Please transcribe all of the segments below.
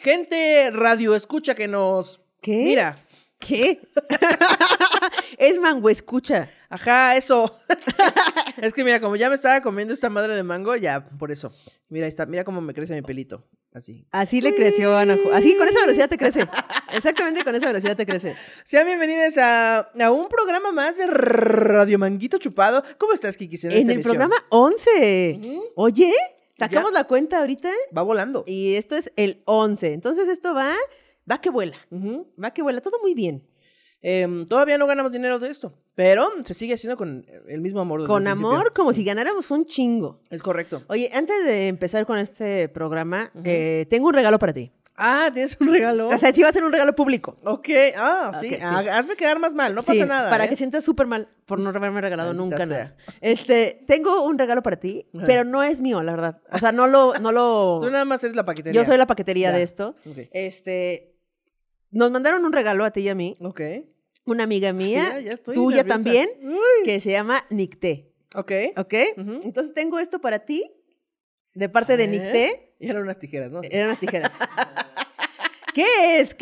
Gente radio escucha que nos... ¿Qué? Mira. ¿Qué? Es mango escucha. Ajá, eso. Es que mira, como ya me estaba comiendo esta madre de mango, ya, por eso. Mira, ahí está, mira cómo me crece mi pelito. Así. Así le creció a Ana Ju. Así, con esa velocidad te crece. Exactamente con esa velocidad te crece. Sean bienvenidos a un programa más de Radio Manguito Chupado. ¿Cómo estás, Kiki? En el programa 11. Oye, sacamos la cuenta ahorita. Va volando. Y esto es el 11. Entonces esto va que vuela. Va que vuela. Todo muy bien. Todavía no ganamos dinero de esto, pero se sigue haciendo con el mismo amor. Con amor, como si ganáramos un chingo. Es correcto. Oye, antes de empezar con este programa, tengo un regalo para ti. Ah, ¿tienes un regalo? O sea, sí va a ser un regalo público. Ok, sí. Okay, sí. Hazme quedar más mal, no pasa nada. Para que sientas súper mal por no haberme regalado nunca sea. nada. Tengo un regalo para ti, pero no es mío, la verdad. O sea, no lo... Tú nada más eres la paquetería. Yo soy la paquetería de esto. Okay. Nos mandaron un regalo a ti y a mí. Ok. Una amiga mía, ya estoy tuya nerviosa. también, que se llama Nicté. Ok. ¿Ok? Entonces tengo esto para ti, de parte de Nicté. Y eran unas tijeras, ¿no? Eran unas tijeras. ¿Qué es?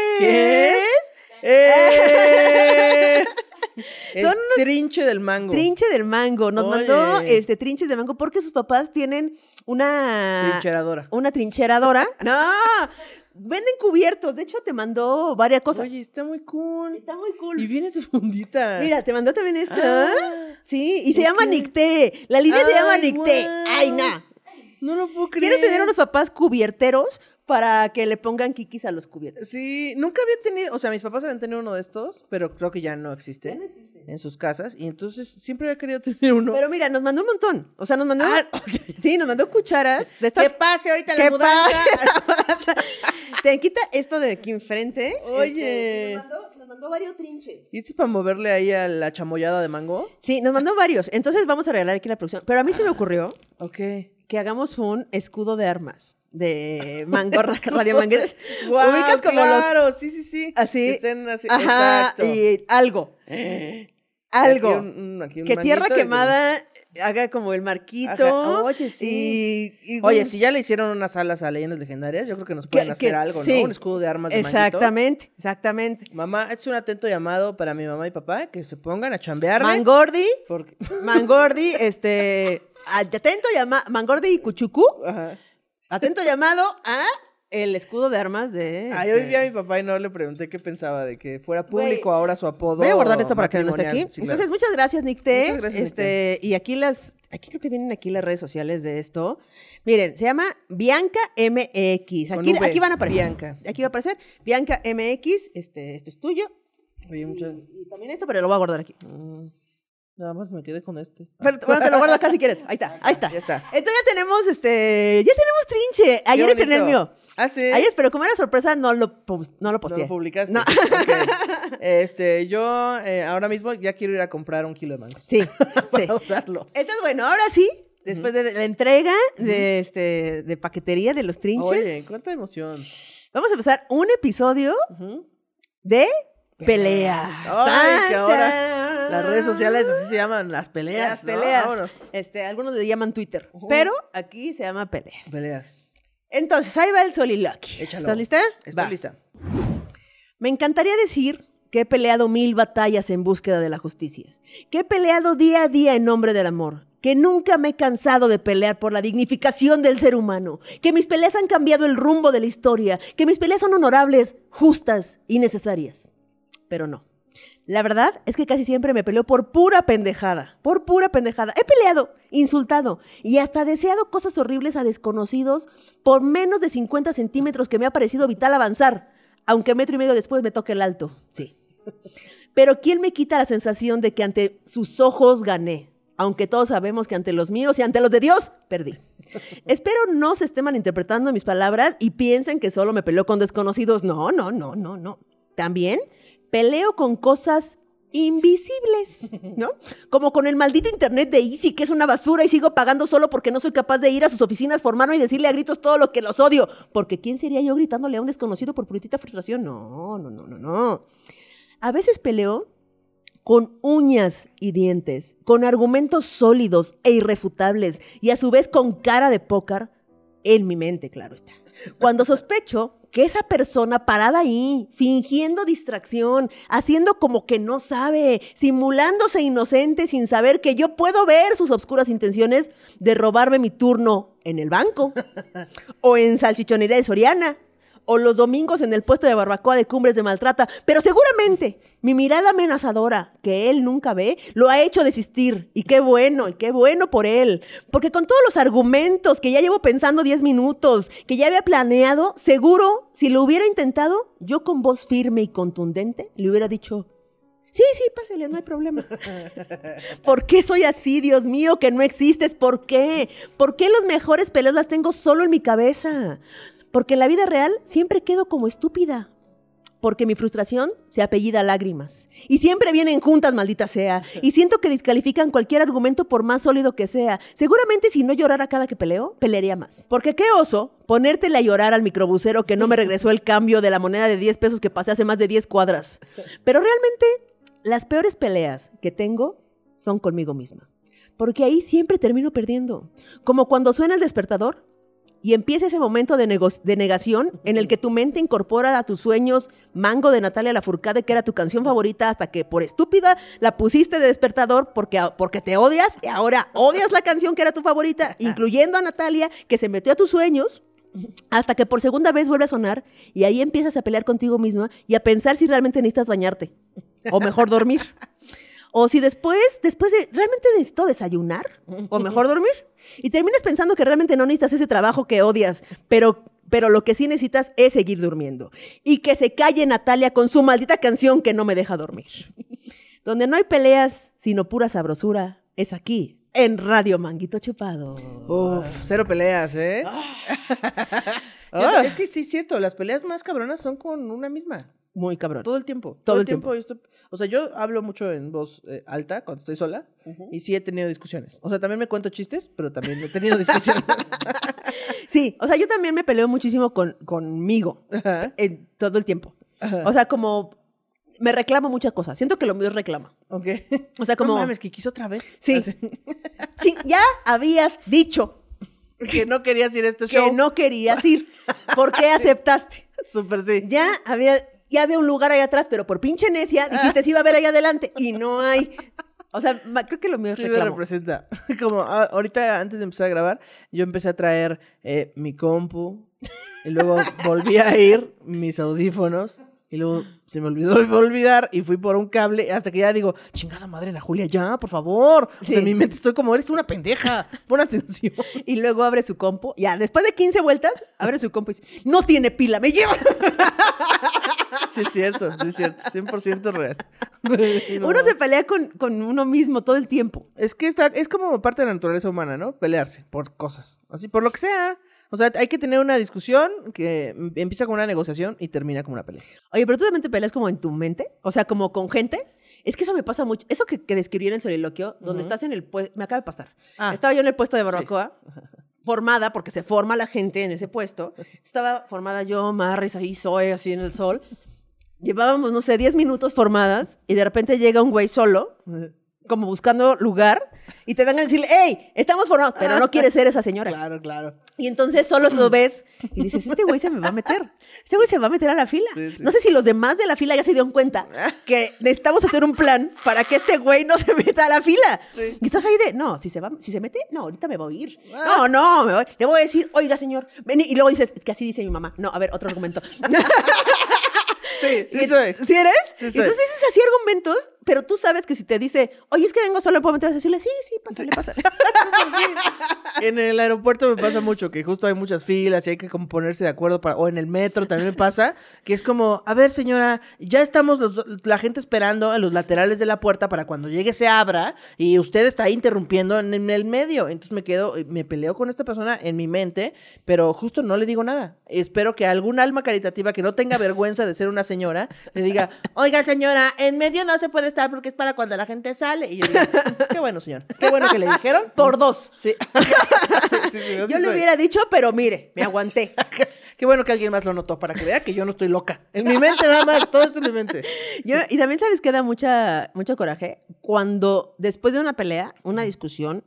El trinche del mango. Trinche del mango. Nos mandó trinches de mango porque sus papás tienen una... Trincheradora. Una trincheradora. ¡No! Venden cubiertos. De hecho, te mandó varias cosas. Oye, está muy cool. Está muy cool. Y viene su fundita. Mira, te mandó también esta. Sí, y se llama Nicté. La línea se llama Nicté. Wow. ¡Ay, no! No lo puedo creer. Quiero tener unos papás cubierteros para que le pongan kikis a los cubiertos. Sí, nunca había tenido, o sea, mis papás habían tenido uno de estos, pero creo que ya no existe, en sus casas, y entonces siempre había querido tener uno. Pero mira, nos mandó un montón. O sea, nos mandó... Sí, nos mandó cucharas de estas... ¿Qué pase ahorita la mudanza? Te quita esto de aquí enfrente. Oye. Nos mandó varios trinches. ¿Y este es para moverle ahí a la chamoyada de mango? Sí, nos mandó varios. Entonces vamos a regalar aquí la producción. Pero a mí se me ocurrió que hagamos un escudo de armas de mango, Radio Manguito. Wow, ubicas como claro, los... sí. Así. Que estén así. Ajá, exacto. y algo. Algo. Aquí un que tierra manguito quemada haga como el marquito. Ajá. Oye, sí. Oye, si ya le hicieron unas alas a Leyendas Legendarias, yo creo que nos pueden hacer algo, sí. ¿no? Un escudo de armas de Exactamente. Mamá, es un atento llamado para mi mamá y papá que se pongan a chambearle. Mangordi, Porque... Mangordi, atento llamado, Mangordi y Cuchucú. Ajá. Atento llamado a el escudo de armas de... Hoy vi a mi papá y no le pregunté qué pensaba de que fuera público ahora su apodo. Voy a guardar esto para que no esté aquí. Sí, Entonces, muchas gracias, Nicté. Muchas gracias, Nicté. Y aquí creo que vienen aquí las redes sociales de esto. Miren, se llama Bianca MX. Aquí van a aparecer. Bianca. Aquí va a aparecer. Bianca MX, esto es tuyo. Oye, muchas... Y también esto, pero lo voy a guardar aquí. Nada más me quedé con este. Pero bueno, te lo guardo acá si quieres. Ahí está. Ya está. Entonces ya tenemos trinche. Ayer estrené el mío. Ah, sí. Ayer, pero como era sorpresa, no lo posteé. ¿No lo publicaste? No. Okay. Yo ahora mismo ya quiero ir a comprar 1 kilo de mango. Sí. Para usarlo. Entonces, bueno, ahora sí, después de la entrega de paquetería de los trinches. Oye, cuánta emoción. Vamos a empezar un episodio de peleas. Ay, que ahora las redes sociales así se llaman, las peleas. Las peleas. ¿No? Algunos le llaman Twitter, pero aquí se llama peleas. Peleas. Entonces, ahí va el soliloquio. Échalo. ¿Estás lista? Estoy lista. Me encantaría decir que he peleado 1000 batallas en búsqueda de la justicia, que he peleado día a día en nombre del amor, que nunca me he cansado de pelear por la dignificación del ser humano, que mis peleas han cambiado el rumbo de la historia, que mis peleas son honorables, justas y necesarias. Pero no. La verdad es que casi siempre me peleo por pura pendejada. Por pura pendejada. He peleado, insultado y hasta deseado cosas horribles a desconocidos por menos de 50 centímetros que me ha parecido vital avanzar, aunque 1,5 metros después me toque el alto. Sí. Pero ¿quién me quita la sensación de que ante sus ojos gané? Aunque todos sabemos que ante los míos y ante los de Dios, perdí. Espero no se estén malinterpretando mis palabras y piensen que solo me peleo con desconocidos. No. También peleo con cosas invisibles, ¿no? Como con el maldito internet de Easy, que es una basura y sigo pagando solo porque no soy capaz de ir a sus oficinas, formarme y decirle a gritos todo lo que los odio. Porque ¿quién sería yo gritándole a un desconocido por puritita frustración? No. A veces peleo con uñas y dientes, con argumentos sólidos e irrefutables y a su vez con cara de póker en mi mente, claro está. Cuando sospecho que esa persona parada ahí, fingiendo distracción, haciendo como que no sabe, simulándose inocente sin saber que yo puedo ver sus obscuras intenciones de robarme mi turno en el banco o en salchichonería de Soriana o los domingos en el puesto de barbacoa de Cumbres de Maltrata, pero seguramente mi mirada amenazadora, que él nunca ve, lo ha hecho desistir. Y qué bueno por él. Porque con todos los argumentos que ya llevo pensando 10 minutos, que ya había planeado, seguro, si lo hubiera intentado, yo con voz firme y contundente le hubiera dicho, sí, pásale, no hay problema. ¿Por qué soy así, Dios mío, que no existes? ¿Por qué? ¿Por qué los mejores peleas las tengo solo en mi cabeza? Porque en la vida real siempre quedo como estúpida. Porque mi frustración se apellida lágrimas. Y siempre vienen juntas, maldita sea. Y siento que descalifican cualquier argumento por más sólido que sea. Seguramente si no llorara cada que peleo, pelearía más. Porque qué oso ponértele a llorar al microbusero que no me regresó el cambio de la moneda de 10 pesos que pasé hace más de 10 cuadras. Pero realmente, las peores peleas que tengo son conmigo misma. Porque ahí siempre termino perdiendo. Como cuando suena el despertador y empieza ese momento de negación en el que tu mente incorpora a tus sueños Mango de Natalia Lafourcade, que era tu canción favorita, hasta que por estúpida la pusiste de despertador porque te odias y ahora odias la canción que era tu favorita, incluyendo a Natalia, que se metió a tus sueños, hasta que por segunda vez vuelve a sonar y ahí empiezas a pelear contigo misma y a pensar si realmente necesitas bañarte o mejor dormir. O si después de realmente necesito desayunar o mejor dormir. Y terminas pensando que realmente no necesitas ese trabajo que odias, pero lo que sí necesitas es seguir durmiendo. Y que se calle Natalia con su maldita canción que no me deja dormir. Donde no hay peleas, sino pura sabrosura, es aquí, en Radio Manguito Chupado. Uf, cero peleas, ¿eh? Es que sí es cierto, las peleas más cabronas son con una misma. Muy cabrón. Todo el tiempo. Todo el tiempo. O sea, yo hablo mucho en voz alta cuando estoy sola y sí he tenido discusiones. O sea, también me cuento chistes, pero también he tenido discusiones. Sí, o sea, yo también me peleo muchísimo conmigo todo el tiempo. Ajá. O sea, como me reclamo muchas cosas. Siento que lo mío es reclama. Ok. O sea, como... No mames, que quiso otra vez. Sí. Ya habías dicho que no querías ir a este show. Que no querías ir. ¿Por qué aceptaste? Súper sí. Ya había un lugar ahí atrás, pero por pinche necia dijiste sí iba a haber ahí adelante y no hay. O sea, creo que lo mío es sí reclamo. Me representa. Como ahorita, antes de empezar a grabar, yo empecé a traer mi compu y luego volví a ir mis audífonos y luego se me olvidó olvidar y fui por un cable hasta que ya digo, chingada madre, Ana Julia, ya, por favor. Sí. O sea, en mi mente estoy como, eres una pendeja, pon atención. Y luego abre su compu, ya, después de 15 vueltas, abre su compu y dice, no tiene pila, me lleva. Sí es cierto, 100% real. No. Uno se pelea con uno mismo todo el tiempo. Es que es como parte de la naturaleza humana, ¿no? Pelearse por cosas, así, por lo que sea. O sea, hay que tener una discusión que empieza con una negociación y termina con una pelea. Oye, pero tú también te peleas como en tu mente, o sea, como con gente. Es que eso me pasa mucho. Eso que describí en el soliloquio, donde estás en el puesto, me acaba de pasar. Estaba yo en el puesto de barbacoa, sí. Formada, porque se forma la gente en ese puesto. Estaba formada yo, Marris, ahí, Zoe, así en el sol. Llevábamos, no sé, 10 minutos formadas y de repente llega un güey solo, como buscando lugar, y te dan a decirle, ¡hey, estamos formados! Pero no quiere ser esa señora. Claro. Y entonces solo lo ves y dices, este güey se me va a meter. Este güey se va a meter a la fila. Sí. No sé si los demás de la fila ya se dieron cuenta que necesitamos hacer un plan para que este güey no se meta a la fila. Sí. Y estás ahí de, no, si se mete, no, ahorita me voy a ir. No, me voy. Le voy a decir, oiga, señor, ven. Y luego dices, es que así dice mi mamá. No, a ver, otro argumento. Sí soy. ¿Sí eres? Sí soy. Entonces dices así argumentos, pero tú sabes que si te dice, oye, es que vengo solo, puedo meter a decirle, sí, pásale. Sí. En el aeropuerto me pasa mucho que justo hay muchas filas y hay que como ponerse de acuerdo o en el metro también me pasa, que es como, a ver, señora, ya estamos la gente esperando en los laterales de la puerta para cuando llegue se abra y usted está interrumpiendo en el medio. Entonces me peleo con esta persona en mi mente, pero justo no le digo nada. Espero que algún alma caritativa que no tenga vergüenza de ser una señora le diga, oiga, señora, en medio no se puede estar porque es para cuando la gente sale. Y yo digo, qué bueno, señor. Qué bueno que le dijeron. Por dos. Sí. Yo le hubiera dicho, pero mire, me aguanté. Qué bueno que alguien más lo notó para que vea que yo no estoy loca. En mi mente nada más, todo esto en mi mente. Y también sabes que da mucho coraje cuando después de una pelea, una discusión,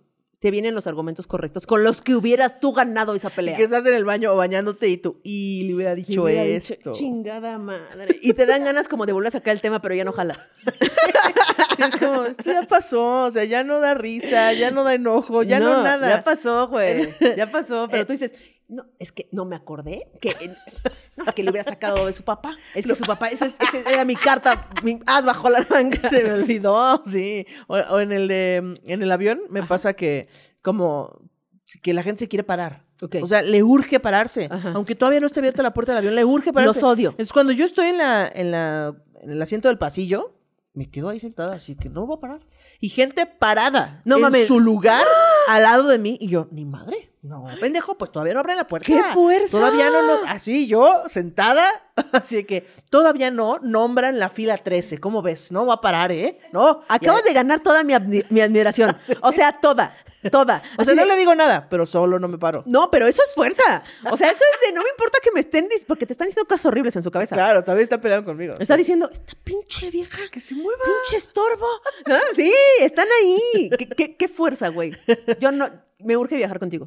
te vienen los argumentos correctos con los que hubieras tú ganado esa pelea. Que estás en el baño bañándote y tú, y le hubiera dicho esto. Chingada madre. Y te dan ganas como de volver a sacar el tema, pero ya no jala. Sí, es como, esto ya pasó, o sea, ya no da risa, ya no da enojo, ya no nada. Ya pasó, güey. Ya pasó, pero tú dices, no, es que no me acordé que... No, es que le hubiera sacado de su papá. Es que su papá, esa era mi carta, mi as bajo la manga. Se me olvidó, sí. O en el avión me pasa que como que la gente se quiere parar. Okay. O sea, le urge pararse. Ajá. Aunque todavía no esté abierta la puerta del avión, le urge pararse. Los odio. Entonces, cuando yo estoy en el asiento del pasillo, me quedo ahí sentada, así que no voy a parar. Y gente parada No en mames. su lugar al lado de mí. Y yo, ni madre. No, pendejo, pues todavía no abre la puerta. ¡Qué fuerza! Todavía no, así yo, sentada, así que todavía no nombran la fila 13. ¿Cómo ves? No va a parar, ¿eh? No. Acabas de ganar toda mi admiración. Sí. O sea, toda. O sea, no le digo nada, pero solo no me paro. No, pero eso es fuerza. O sea, eso es de no me importa que me estén porque te están diciendo cosas horribles en su cabeza. Claro, todavía está peleando conmigo. Está diciendo, esta pinche vieja, que se mueva. pinche estorbo. Ah, sí, están ahí. ¿Qué fuerza, güey? Yo no, me urge viajar contigo.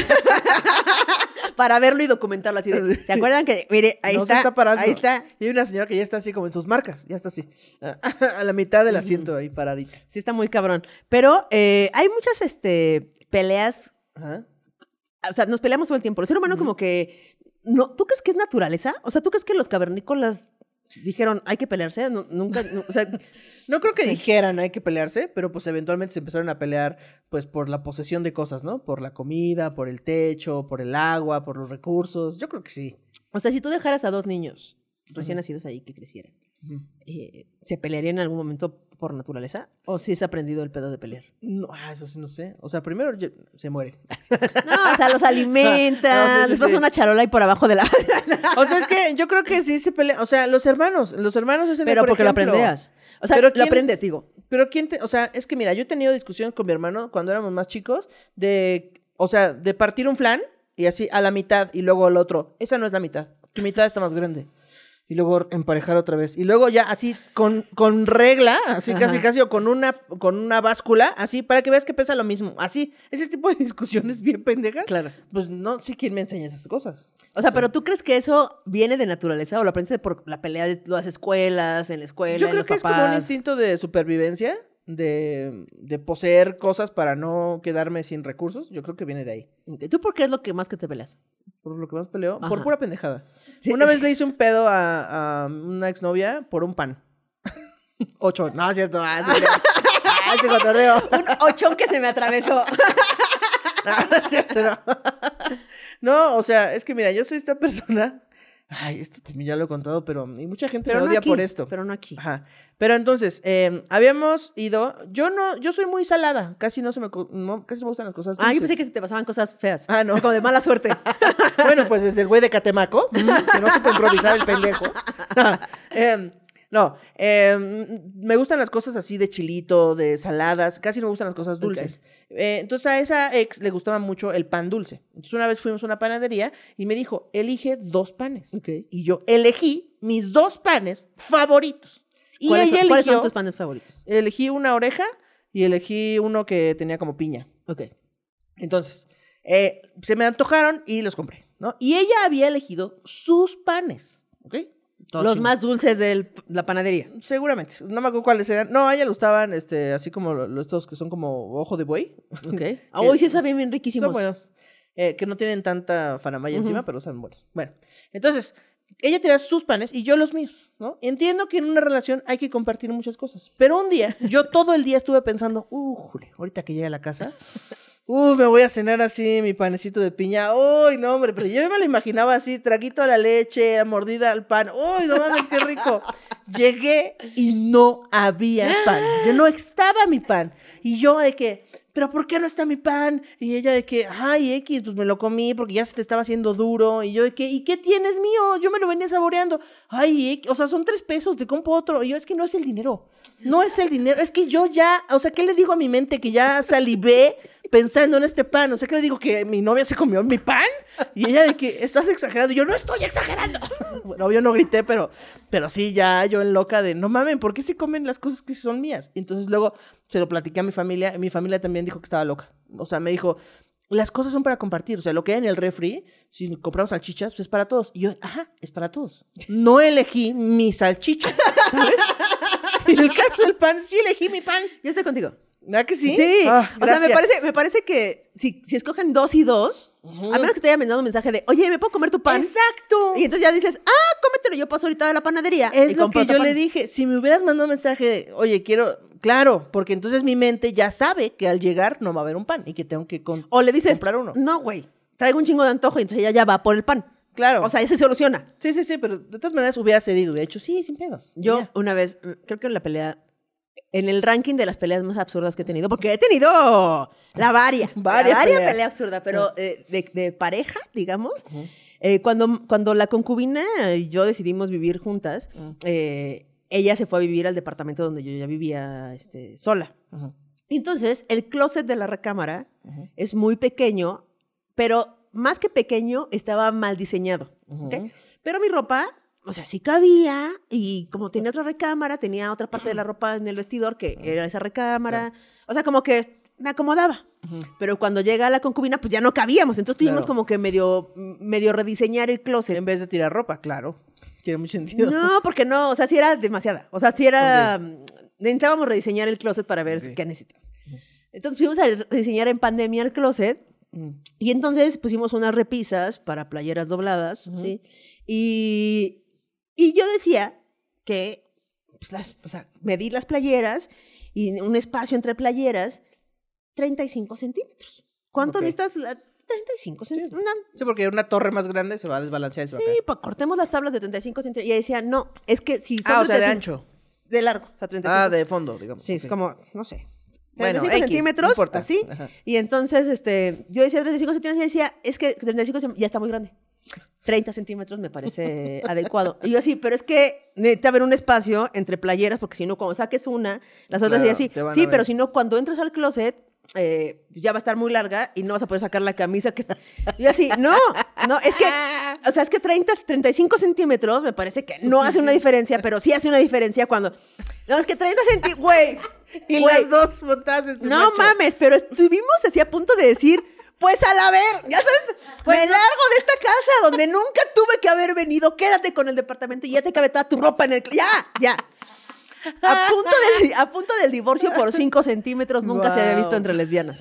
Para verlo y documentarlo así. ¿Se acuerdan que, mire, ahí No está, se está parando. ahí está. Y hay una señora que ya está así como en sus marcas, ya está así, a la mitad del asiento ahí paradita. Sí, está muy cabrón. Pero hay muchas peleas. Ajá. O sea, nos peleamos todo el tiempo. El ser humano como que... No, ¿tú crees que es naturaleza? O sea, ¿tú crees que los cavernícolas dijeron, hay que pelearse? Nunca, o sea... No creo que Sí. dijeran hay que pelearse, pero pues eventualmente se empezaron a pelear pues por la posesión de cosas, ¿no? Por la comida, por el techo, por el agua, por los recursos. Yo creo que sí. O sea, si tú dejaras a 2 niños recién nacidos ahí que crecieran, ¿se pelearían en algún momento por naturaleza? ¿O si es aprendido el pedo de pelear? No, eso sí no sé. O sea, primero se muere. No, o sea, los alimentan, No, sí, les pasa una charola ahí por abajo de la... O sea, es que yo creo que sí se pelean. O sea, los hermanos es el Pero por porque lo ejemplo. aprendeas. O sea, Pero lo ¿quién- aprendes, digo. Pero o sea, es que mira, yo he tenido discusiones con mi hermano cuando éramos más chicos o sea, de partir un flan y así a la mitad y luego al otro. Esa no es la mitad. Tu mitad está más grande. Y luego emparejar otra vez. Y luego ya así con regla, así Ajá. casi, o con una báscula, así, para que veas que pesa lo mismo. Así, ese tipo de discusiones bien pendejas. Claro. Pues no sé quién me enseña esas cosas. O sea, pero ¿tú crees que eso viene de naturaleza o lo aprendiste por la pelea de las escuelas, en la escuela, Yo en creo los que papás? es como un instinto de supervivencia, de poseer cosas para no quedarme sin recursos. Yo creo que viene de ahí. Ok, ¿tú por qué es lo que más que te peleas? Por lo que más peleó, Ajá. por pura pendejada. Sí, Una sí. vez le hice un pedo a una exnovia por un pan. 8, no, es cierto. Ese cotorreo. Un ochón que se me atravesó. No, es cierto, no. No, o sea, es que mira, yo soy esta persona. Ay, esto también ya lo he contado, pero y mucha gente me no odia aquí, por esto. Pero no aquí. Ajá. Pero entonces, habíamos ido. Yo soy muy salada. Casi no me gustan las cosas dulces. Ah, yo pensé que se te pasaban cosas feas. Ah, no. Como de mala suerte. Bueno, pues desde el güey de Catemaco, que no supo improvisar el pendejo. Me gustan las cosas así de chilito, de saladas, casi no me gustan las cosas dulces. Entonces a esa ex le gustaba mucho el pan dulce. Entonces una vez fuimos a una panadería y me dijo, elige 2 panes. Ok. Y yo elegí mis 2 panes favoritos. Y ¿Cuáles ella ¿Cuáles son eligió, tus panes favoritos? elegí una oreja y elegí uno que tenía como piña. Ok. Entonces, se me antojaron y los compré, ¿no? Y ella había elegido sus panes, ¿ok? Todo Los chingón. más dulces de la panadería. Seguramente, no me acuerdo cuáles eran. No, a ella le gustaban, así como estos que son como ojo de buey. Ok. Uy, sí, saben bien riquísimos. Son buenos. Que no tienen tanta faramaya Ujú. encima, pero son buenos. Bueno, entonces, ella tenía sus panes y yo los míos, ¿no? Entiendo que en una relación hay que compartir muchas cosas, pero un día, yo todo el día estuve pensando, jule, ahorita que llegue a la casa, me voy a cenar así mi panecito de piña. Uy, no, hombre, pero yo me lo imaginaba así, traguito a la leche, mordida al pan. Uy, no mames, qué rico. Llegué y no había pan. Yo no estaba mi pan. Y yo de que, ¿pero por qué no está mi pan? Y ella de que, ay, X, pues me lo comí porque ya se te estaba haciendo duro. Y yo de que, ¿y qué tienes mío? Yo me lo venía saboreando. Ay, X, o sea, son 3 pesos, te compro otro. Y yo, es que no es el dinero. No es el dinero. Es que yo ya, o sea, ¿qué le digo a mi mente? Que ya salivé pensando en este pan. O sea, ¿qué le digo? ¿Que mi novia se comió mi pan? Y ella de que, estás exagerando. Y yo, no estoy exagerando. Bueno, obvio no grité, pero sí, ya yo en loca de, no mamen, ¿por qué se comen las cosas que son mías? Y entonces luego se lo platiqué a mi familia. Y mi familia también dijo que estaba loca. O sea, me dijo, las cosas son para compartir. O sea, lo que hay en el refri, si compramos salchichas, pues es para todos. Y yo, ajá, es para todos. No elegí mi salchicha, ¿sabes? En el caso del pan, sí elegí mi pan. Yo estoy contigo. ¿Verdad que sí? Sí. Ah, o sea, gracias. me parece que si escogen 2 y 2, a menos que te haya mandado un mensaje de, oye, ¿me puedo comer tu pan? Exacto. Y entonces ya dices, cómetelo, yo paso ahorita a la panadería. y Es lo compro que otro yo le pan. dije. Si me hubieras mandado un mensaje de, oye, quiero... Claro, porque entonces mi mente ya sabe que al llegar no va a haber un pan y que tengo que O le dices, comprar uno. no, güey, traigo un chingo de antojo y entonces ella ya va por el pan. Claro. O sea, ese se soluciona. Sí, pero de todas maneras hubiera cedido. De hecho, sí, sin pedos. Yo Ya. una vez, creo que en la pelea, en el ranking de las peleas más absurdas que he tenido, porque he tenido Varias pelea peleas. absurda, pero de pareja, digamos, cuando la concubina y yo decidimos vivir juntas, ella se fue a vivir al departamento donde yo ya vivía sola. Ujú. Entonces, el closet de la recámara Ujú. es muy pequeño, pero más que pequeño, estaba mal diseñado. ¿Ok? Ujú. Pero mi ropa, o sea, sí cabía, y como tenía otra recámara, tenía otra parte de la ropa en el vestidor que era esa recámara. O sea, como que me acomodaba. Ujú. Pero cuando llega la concubina, pues ya no cabíamos. Entonces tuvimos Claro. como que medio rediseñar el closet. En vez de tirar ropa, claro. Tiene mucho sentido. No, porque no, o sea, sí era demasiada. O sea, sí era... Necesitábamos rediseñar el closet para ver Ok. qué necesitábamos. Entonces fuimos a rediseñar en pandemia el closet. Y entonces pusimos unas repisas para playeras dobladas, Ujú. ¿sí? Y yo decía que, pues, o sea, medir las playeras y un espacio entre playeras, 35 centímetros. ¿Cuánto Ok. necesitas? 35 centímetros. Sí, porque una torre más grande se va a desbalancear y se va a Sí, caer. pues cortemos las tablas de 35 centímetros. Y ella decía, no, es que si Ah, o sea, de 35 ancho. de largo, o sea, 35. Ah, de fondo, digamos. Sí, es Ok. como, no sé. Bueno, 35 X, no centímetros, importa. así. Ajá. Y entonces, yo decía 35 centímetros y decía, es que 35 ya está muy grande. 30 centímetros me parece adecuado. Y yo así, pero es que necesita haber un espacio entre playeras, porque si no, cuando saques una, las otras Claro, y así. se van a Sí, ver. pero si no, cuando entres al closet, ya va a estar muy larga y no vas a poder sacar la camisa que está. Y yo así, no, es que, o sea, es que 35 centímetros me parece que no hace una diferencia, pero sí hace una diferencia cuando. No, es que 30 centímetros, güey. Y güey, las dos montadas en su no macho. mames, pero estuvimos así a punto de decir, pues a la ver, ya sabes, me largo de esta casa donde nunca tuve que haber venido, quédate con el departamento y ya te cabe toda tu ropa en el... Ya. A punto del divorcio por 5 centímetros nunca se había visto Guau. entre lesbianas.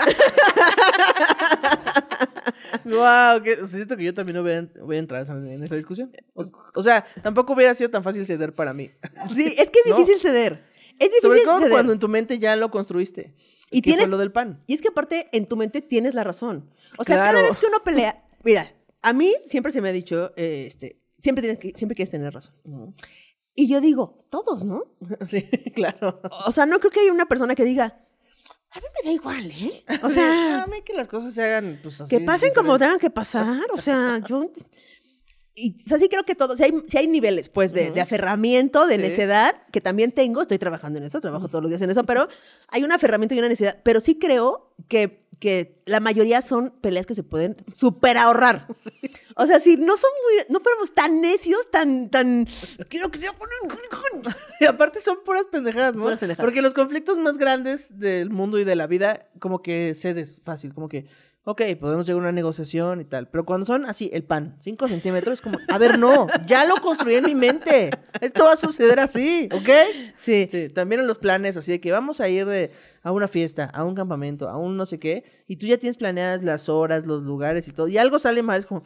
Wow, siento que yo también hubiera entrado en esa discusión. O sea, tampoco hubiera sido tan fácil ceder para mí. Sí, es que es No. difícil ceder. Es difícil Sobre todo ceder. cuando en tu mente ya lo construiste. Y ¿Qué fue tienes- lo del pan? Y es que aparte, en tu mente tienes la razón. O sea, Claro. cada vez que uno pelea... Mira, a mí siempre se me ha dicho, siempre quieres tener razón. Y yo digo, todos, ¿no? Sí, claro. O sea, no creo que haya una persona que diga, a mí me da igual, ¿eh? O sea, a mí que las cosas se hagan, pues así. que pasen como tengan diferentes. que pasar. O sea, yo... Y o sea, sí creo que todos, si hay niveles, pues, de aferramiento, de Sí. necedad, que también tengo, estoy trabajando en eso, trabajo todos los días en eso, pero hay un aferramiento y una necedad. Pero sí creo que la mayoría son peleas que se pueden súper ahorrar. O sea, si no fuéramos tan necios, tan, quiero que sea... Y aparte son puras pendejadas, ¿no? Puras pendejadas. Porque los conflictos más grandes del mundo y de la vida, como que cedes fácil, como que, ok, podemos llegar a una negociación y tal. Pero cuando son así, el pan, 5 centímetros, es como, a ver, no, ya lo construí en mi mente. Esto va a suceder así, ¿ok? Sí. Sí, también en los planes, así de que vamos a ir a una fiesta, a un campamento, a un no sé qué, y tú ya tienes planeadas las horas, los lugares y todo, y algo sale mal, es como,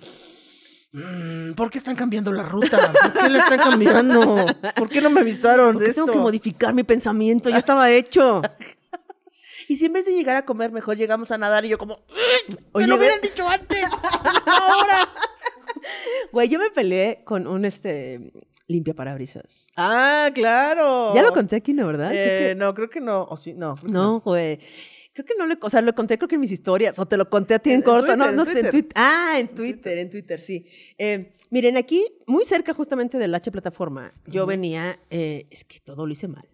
¿por qué están cambiando la ruta? ¿Por qué la están cambiando? ¿Por qué no me avisaron ¿Por de qué tengo esto? que modificar mi pensamiento? Ya estaba hecho. Y si en vez de llegar a comer, mejor llegamos a nadar, y yo como, Oye, ¡me lo ve- hubieran dicho antes! ¡Ahora! Güey, yo me peleé con un limpiaparabrisas. ¡Ah, claro! Ya lo conté aquí, ¿no, verdad? No, creo que no. O sí, no. creo que No, güey. Creo que no o sea, lo conté creo que en mis historias, o te lo conté a ti en En corto, Twitter, no, en no sé, en Twitter. Twitter. Ah, en Twitter, sí. Miren, aquí, muy cerca justamente del H plataforma, yo venía, es que todo lo hice mal.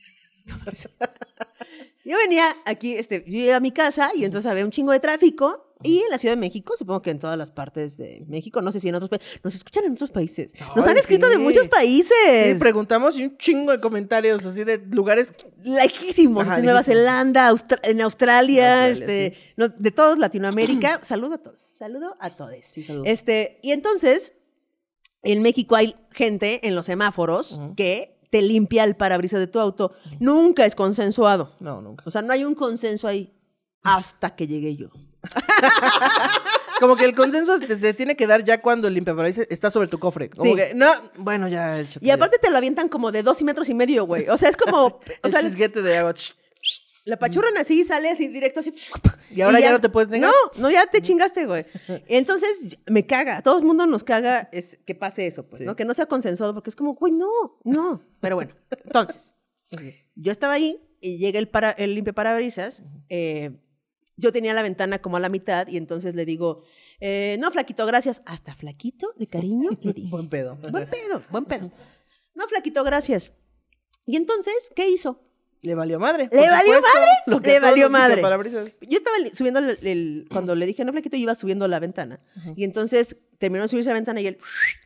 Todo lo hice mal. Yo venía aquí, yo iba a mi casa y entonces había un chingo de tráfico Y en la Ciudad de México, supongo que en todas las partes de México, no sé si en otros países, nos escuchan en otros países. Nos Ay, han escrito sí. de muchos países. Sí, preguntamos y un chingo de comentarios así de lugares. Lejísimos, Ajá, en Nueva lejísimos. Zelanda, en Australia, Sí. no, de todos Latinoamérica. Saludo a todos. Saludo a todos. Sí, saludos. Y entonces, en México hay gente en los semáforos que te limpia el parabrisas de tu auto. Nunca es consensuado. No, nunca. O sea, no hay un consenso ahí hasta que llegué yo. Como que el consenso se tiene que dar ya cuando el limpiaparabrisas está sobre tu cofre. Como Sí. que, no, bueno, ya échate. Y aparte te lo avientan como de 2,5 metros, güey. O sea, es como... o el sea, chisguete de agua. la pachurran así, sale así directo, así. Y ahora ya no te puedes negar. No, ya te chingaste, güey. Entonces, me caga. Todo el mundo nos caga que pase eso, pues, Sí. ¿no? Que no sea consensuado, porque es como, güey, no. Pero bueno, entonces, yo estaba ahí y llega el limpiaparabrisas. Yo tenía la ventana como a la mitad y entonces le digo, no, flaquito, gracias. Hasta flaquito, de cariño, le dije. Buen pedo. Buen pedo. No, flaquito, gracias. Y entonces, ¿qué hizo? Le valió madre. ¿Le valió madre? Lo que Le todos valió los madre. limpiaparabrisas. Yo estaba subiendo cuando le dije no, flaquito, yo iba subiendo la ventana. Y entonces terminó de subirse la ventana y él...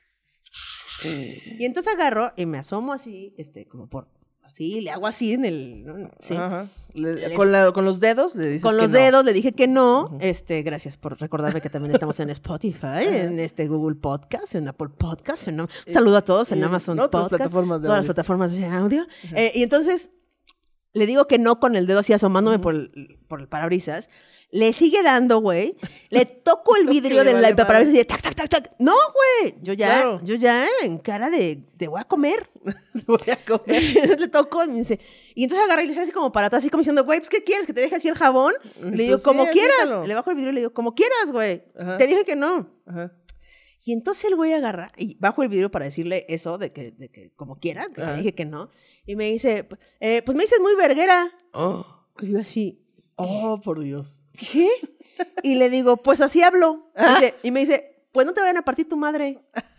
Y entonces agarro y me asomo así, como por... Así, le hago así en el... ¿no? Sí. Ajá. Con los dedos le dices Con que los no. dedos le dije que no. Gracias por recordarme que también estamos en Spotify, en Google Podcast, en Apple Podcast. Un saludo a todos en y en Amazon otras Podcast. plataformas de todas las audio. plataformas de audio. Y entonces le digo que no con el dedo así asomándome por el parabrisas. Le sigue dando, güey. Le toco el vidrio le del vale parabrisas y de tac, tac, tac, tac. No, güey. Claro. Yo ya en cara de te voy a comer. Voy a comer. Le toco y me dice, y entonces agarra y le hace así como para atrás, así como diciendo, güey, pues ¿qué quieres? ¿Que te deje así el jabón? Le digo, Pues sí, como así quieras. déjalo. Le bajo el vidrio y le digo, como quieras, güey. Ajá. Te dije que no. Ajá. Y entonces el güey agarra y bajo el vidrio para decirle eso de que como quiera, que Ajá. le dije que no. Y me dice, pues me dices muy verguera. Oh, Y yo así, por Dios. ¿qué? Y le digo, pues así hablo. Y me dice, pues no te vayan a partir tu madre.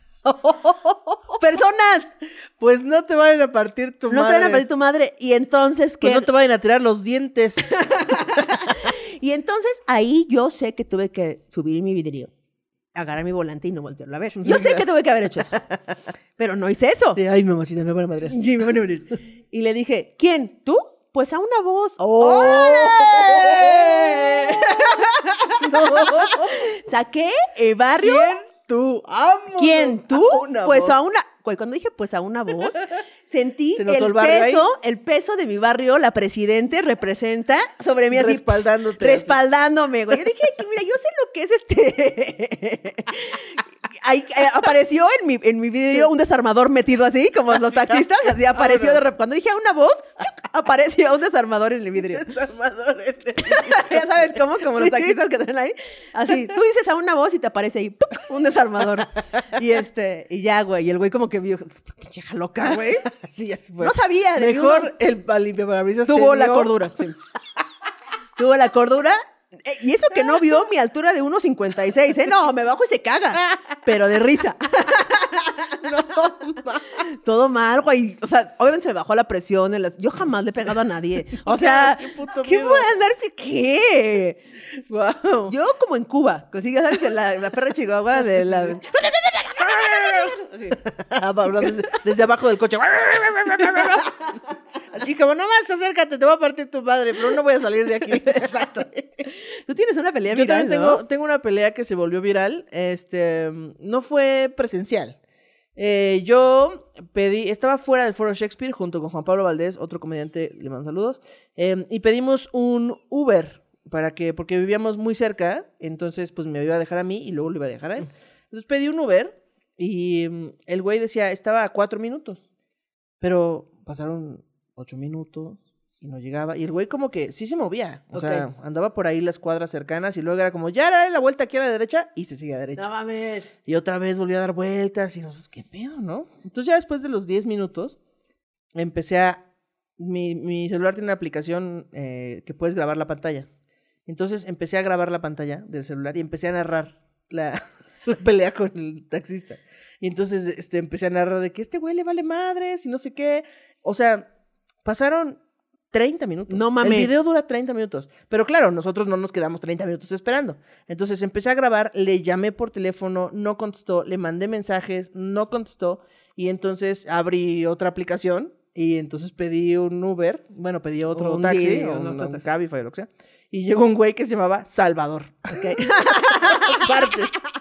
Personas, Pues no te vayan a partir tu no madre. te vayan a partir tu madre. Y entonces, Pues ¿qué? no te vayan a tirar los dientes. Y entonces ahí yo sé que tuve que subir mi vidrio, agarrar mi volante y no voltearlo a ver. Yo sé que tuve que haber hecho eso, pero no hice eso. De, ay, mamacita, me van a madrear. Sí, me van a morir. Y le dije, ¿quién? ¿Tú? Pues a una voz. ¡Oh! ¡Órale! Saqué el barrio. ¿Quién? Tú. ¡Amo! ¿Quién? ¿Tú? A una Pues voz. a una... Cuando dije pues a una voz, sentí ¿Se notó el barrio el peso de mi barrio, la presidente representa sobre mí así. Respaldándote. Respaldándome, güey. Yo dije, que mira, yo sé lo que es Ahí apareció en mi vidrio un desarmador metido así, como los taxistas. Así apareció de repente. Cuando dije a una voz, apareció un desarmador en el vidrio. Desarmador. Ya sabes cómo, como los Sí. taxistas que traen ahí. Así, tú dices a una voz y te aparece ahí ¡puc! Un desarmador. Y ya, güey. Y el güey como que vio, pinche loca, güey. Sí, así fue. No sabía. de Mejor el limpiaparabrisas tuvo se la dio. cordura. Sí. Tuvo la cordura. Y eso que no vio mi altura de 1.56, ¿eh? No, me bajo y se caga. Pero de risa. Todo mal, güey. O sea, obviamente se me bajó la presión. Yo jamás le he pegado a nadie. O sea, Qué puto ¿qué miedo. voy a andar? ¿Qué? Wow. Yo como en Cuba. Que sí, ya sabes, la perra chihuahua de la... Así. Hablando desde abajo del coche. Así como, no más, acércate, te voy a partir tu madre, pero no voy a salir de aquí. Exacto. Tú tienes una pelea Yo viral, también ¿no? tengo una pelea que se volvió viral. No fue presencial. Yo estaba fuera del Foro Shakespeare junto con Juan Pablo Valdés, otro comediante, le mando saludos, y pedimos un Uber porque vivíamos muy cerca, entonces pues me iba a dejar a mí y luego lo iba a dejar a él. Entonces pedí un Uber y el güey decía, estaba a 4 minutos, pero pasaron 8 minutos y no llegaba. Y el güey como que sí se movía, o sea, andaba por ahí las cuadras cercanas y luego era como, ya dale la vuelta aquí a la derecha y se sigue a la derecha. No mames. Y otra vez volvió a dar vueltas y nosotros, ¿qué pedo, no? Entonces ya después de los 10 minutos empecé mi celular tiene una aplicación que puedes grabar la pantalla. Entonces empecé a grabar la pantalla del celular y empecé a narrar la pelea con el taxista. Y entonces empecé a narrar de que este güey le vale madres y no sé qué. O sea, pasaron 30 minutos. No mames. El video dura 30 minutos. Pero claro, nosotros no nos quedamos 30 minutos esperando. Entonces empecé a grabar, le llamé por teléfono, no contestó, le mandé mensajes, no contestó. Y entonces abrí otra aplicación y entonces pedí un Uber. Bueno, pedí otro taxi, o un Cabify o lo que sea. Y llegó un güey que se llamaba Salvador. Ok. Aparte.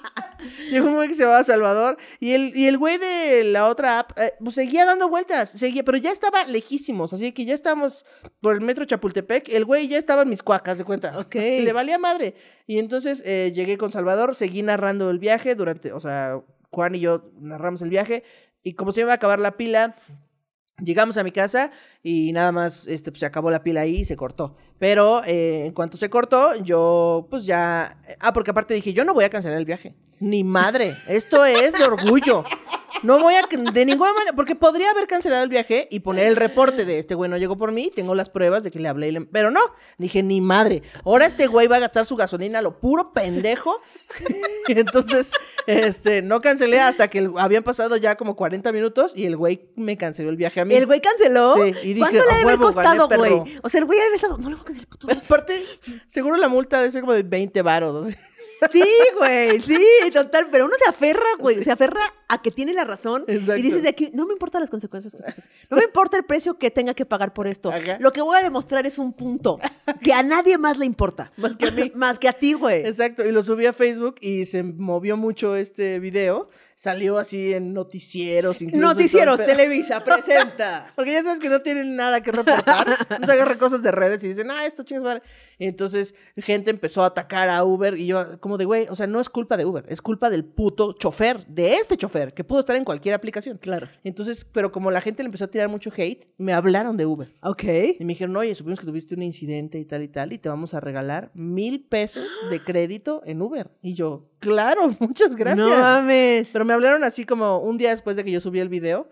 Llegó un güey que se llamaba Salvador y el güey de la otra app pues seguía dando vueltas, pero ya estaba lejísimos, así que ya estábamos por el metro Chapultepec, el güey ya estaba en Miscuac, haz de cuenta. Ok. Le valía madre. Y entonces llegué con Salvador, seguí narrando el viaje o sea, Juan y yo narramos el viaje y como se iba a acabar la pila, llegamos a mi casa y nada más pues, se acabó la pila ahí y se cortó. Pero en cuanto se cortó, yo pues ya... porque aparte dije, yo no voy a cancelar el viaje. Ni madre. Esto es de orgullo. No voy a... De ninguna manera... Porque podría haber cancelado el viaje y poner el reporte de este güey no llegó por mí. Tengo las pruebas de que le hablé. Pero no. Dije, ni madre. Ahora este güey va a gastar su gasolina a lo puro pendejo. Y entonces, no cancelé hasta que habían pasado ya como 40 minutos y el güey me canceló el viaje a mí. ¿El güey canceló? Sí. Y dije, ¿cuánto le debe haber costado, gané, perro. güey? O sea, el güey debe estar... No le voy a cancelar, puto. Pero aparte, seguro la multa debe ser como de 20 varos. Así. Sí, güey, sí, total. Pero uno se aferra, güey. Sí. Se aferra a que tiene la razón. Exacto. Y dices de aquí, no me importan las consecuencias. No me importa el precio que tenga que pagar por esto. Ajá. Lo que voy a demostrar es un punto que a nadie más le importa. Más que a mí. Más que a ti, güey. Exacto, y lo subí a Facebook y se movió mucho este video. Salió así en noticieros. Incluso Noticieros, todo el pedo. Televisa, presenta. Porque ya sabes que no tienen nada que reportar. No se agarran cosas de redes y dicen, esto chingas madre. Y entonces gente empezó a atacar a Uber y yo como de, güey, o sea, no es culpa de Uber, es culpa del puto chofer, de este chofer, que pudo estar en cualquier aplicación. Claro. Entonces, pero como la gente le empezó a tirar mucho hate, me hablaron de Uber. Ok. Y me dijeron, oye, supimos que tuviste un incidente y tal, y te vamos a regalar 1,000 pesos de crédito en Uber. Y yo, claro, muchas gracias. No mames. Pero me hablaron así como un día después de que yo subí el video.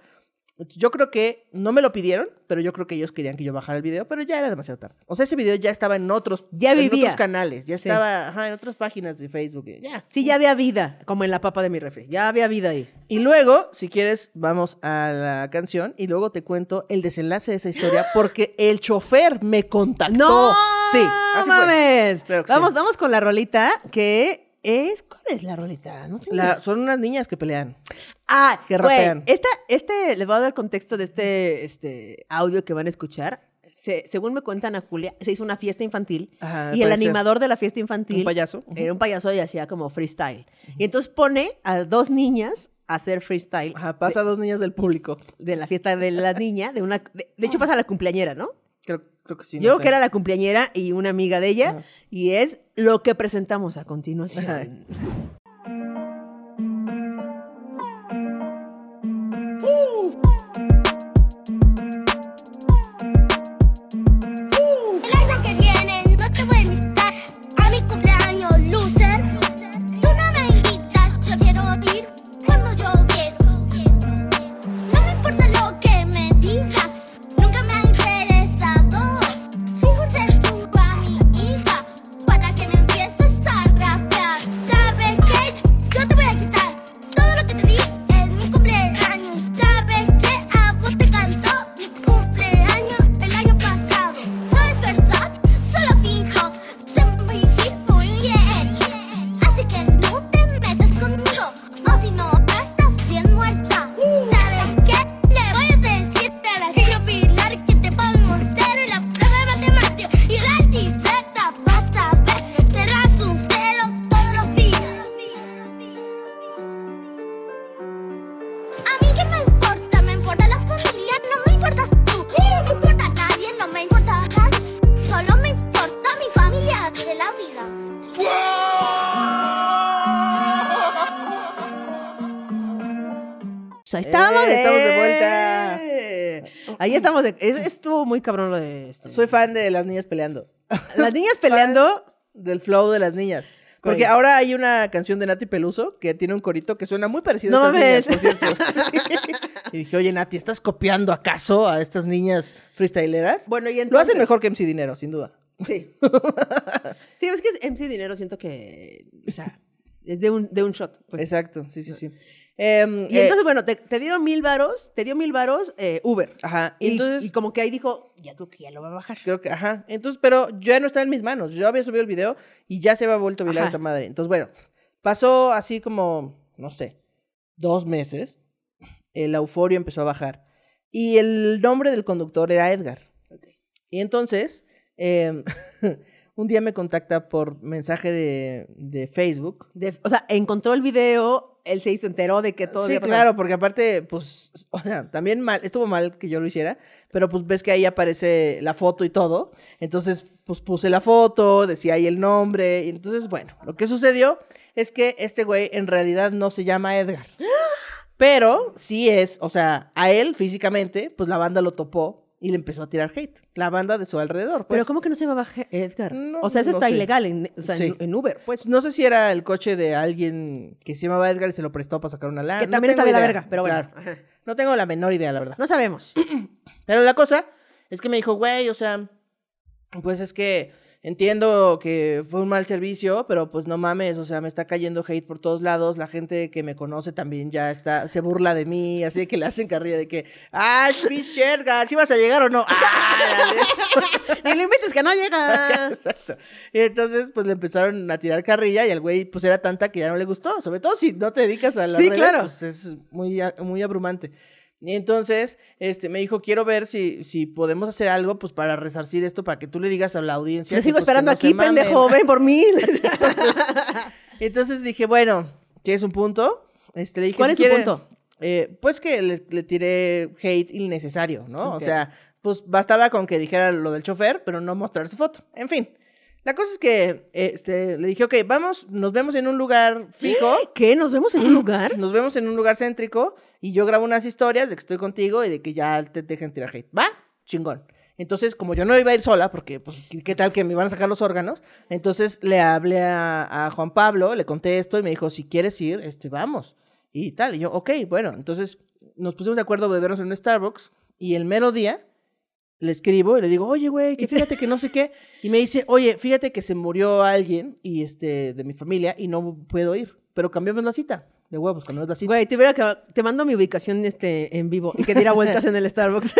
Yo creo que no me lo pidieron, pero yo creo que ellos querían que yo bajara el video, pero ya era demasiado tarde. O sea, ese video ya estaba en otros, Ya en vivía. otros canales, ya Sí. estaba en otras páginas de Facebook. Ya. Sí, ya había vida, como en la papa de mi refri. Ya había vida ahí. Y luego, si quieres, vamos a la canción y luego te cuento el desenlace de esa historia porque el chofer me contactó. ¡No! Sí, así fue. mames! Claro que Vamos, sí. vamos con la rolita que es... ¿Cuál es la rolita? No tengo Son unas niñas que pelean. que güey, rapean. Les voy a dar contexto de este audio que van a escuchar. Según me cuentan a Julia, se hizo una fiesta infantil Ajá, y el puede ser. animador de la fiesta infantil Un payaso. era un payaso y hacía como freestyle. Y entonces pone a 2 niñas a hacer freestyle Ajá, pasa a 2 niñas del público. de la fiesta de la niña. De hecho, pasa a la cumpleañera, ¿no? Creo que sí. Yo creo que era la cumpleañera y una amiga de ella. Ajá. Y es lo que presentamos a continuación. Ajá. El año que viene no te voy a invitar a mi cumpleaños, loser. Tú no me invitas, yo quiero ir cuando yo quiero. No me importa lo que me digas, nunca me ha interesado. Fijo ser tu amiguita para que me empieces a rapear. ¿Sabes qué? Yo te voy a quitar todo lo que te di en mi cumpleaños. ¿Sabes qué? A vos te cantó mi cumpleaños el año pasado. No es verdad, solo finjo. Siempre fingí muy bien. Así que no te metas conmigo, o si no estás bien muerta. ¿Sabes qué? Le voy a decir a la señora Pilar que te pongo cero en la prueba de matemáticas y la altiseta. Vas a ver, serás un cero todos los días. A mí qué me importa la familia, no me importas tú, no me importa nadie, no me importa nadie, solo me importa mi familia de la vida. Ahí estamos, estamos de vuelta. Ahí estamos. Estuvo muy cabrón lo de esto. Soy fan de las niñas peleando. Las niñas peleando. Del flow de las niñas. Porque Güey. ahora hay una canción de Nati Peluso que tiene un corito que suena muy parecido No a estas niñas, mames. por cierto. Y dije, oye, Nati, ¿estás copiando acaso a estas niñas freestyleras? Bueno, y Lo entonces. hacen mejor que MC Dinero, sin duda. Sí. Sí, es que MC Dinero siento que. O sea. Es de un shot. Pues. Exacto, sí. Y entonces, bueno, te dieron 1,000 varos, Uber. Ajá, Y, entonces... y como que ahí dijo, ya creo que ya lo va a bajar. Creo que, ajá. Entonces, pero yo ya no estaba en mis manos. Yo había subido el video y ya se había vuelto viral Ajá. esa madre. Entonces, bueno, pasó así como, no sé, 2 meses. El euforio empezó a bajar. Y el nombre del conductor era Edgar. Y entonces, un día me contacta por mensaje de Facebook. O sea, encontró el video, él se enteró de que todo Sí, había pasado. claro, porque aparte, pues, o sea, también estuvo mal que yo lo hiciera, pero pues ves que ahí aparece la foto y todo. Entonces, pues puse la foto, decía ahí el nombre. Y entonces, bueno, lo que sucedió es que este güey en realidad no se llama Edgar. Pero sí es, o sea, a él físicamente, pues la banda lo topó y le empezó a tirar hate. La banda de su alrededor, pues. Pero ¿cómo que no se llamaba Edgar? No, o sea, eso no está sé. ilegal Sí. en Uber, pues. No sé si era el coche de alguien que se llamaba Edgar y se lo prestó para sacar una lana. Que también está tengo de la idea. verga, pero bueno. Claro. Ajá. No tengo la menor idea, la verdad. No sabemos. Pero la cosa es que me dijo, güey, o sea, pues es que entiendo que fue un mal servicio, pero pues no mames, o sea, me está cayendo hate por todos lados. La gente que me conoce también ya se burla de mí, así que le hacen carrilla de que, Chris Edgar, ¿sí vas a llegar o no? Ni le invites que no llega. Exacto. Y entonces, pues le empezaron a tirar carrilla y al güey, pues era tanta que ya no le gustó. Sobre todo si no te dedicas a las Sí, redes, claro. pues es muy abrumante. Y entonces, me dijo, quiero ver si podemos hacer algo, pues, para resarcir esto, para que tú le digas a la audiencia. Te que, sigo pues, esperando que no se aquí, mamen. pendejo, ven por mí. Entonces dije, bueno, ¿quieres un punto? Le dije, ¿Cuál si es su quiere, punto? Pues que le tiré hate innecesario, ¿no? Ok. O sea, pues bastaba con que dijera lo del chofer, pero no mostrar su foto. En fin. La cosa es que le dije, ok, vamos, nos vemos en un lugar fijo. ¿Qué? ¿Nos vemos en un lugar? Nos vemos en un lugar céntrico y yo grabo unas historias de que estoy contigo y de que ya te dejen tirar hate. ¿Va? Chingón. Entonces, como yo no iba a ir sola, porque, pues, ¿qué tal que me iban a sacar los órganos? Entonces, le hablé a Juan Pablo, le conté esto y me dijo, si quieres ir, vamos. Y tal. Y yo, ok, bueno. Entonces, nos pusimos de acuerdo de vernos en un Starbucks y el mero día le escribo y le digo, oye, güey, que fíjate que no sé qué. Y me dice, oye, fíjate que se murió alguien y de mi familia y no puedo ir. Pero cambiamos la cita. De huevos, cambiamos la cita. Güey, te mando mi ubicación en vivo y que diera vueltas en el Starbucks.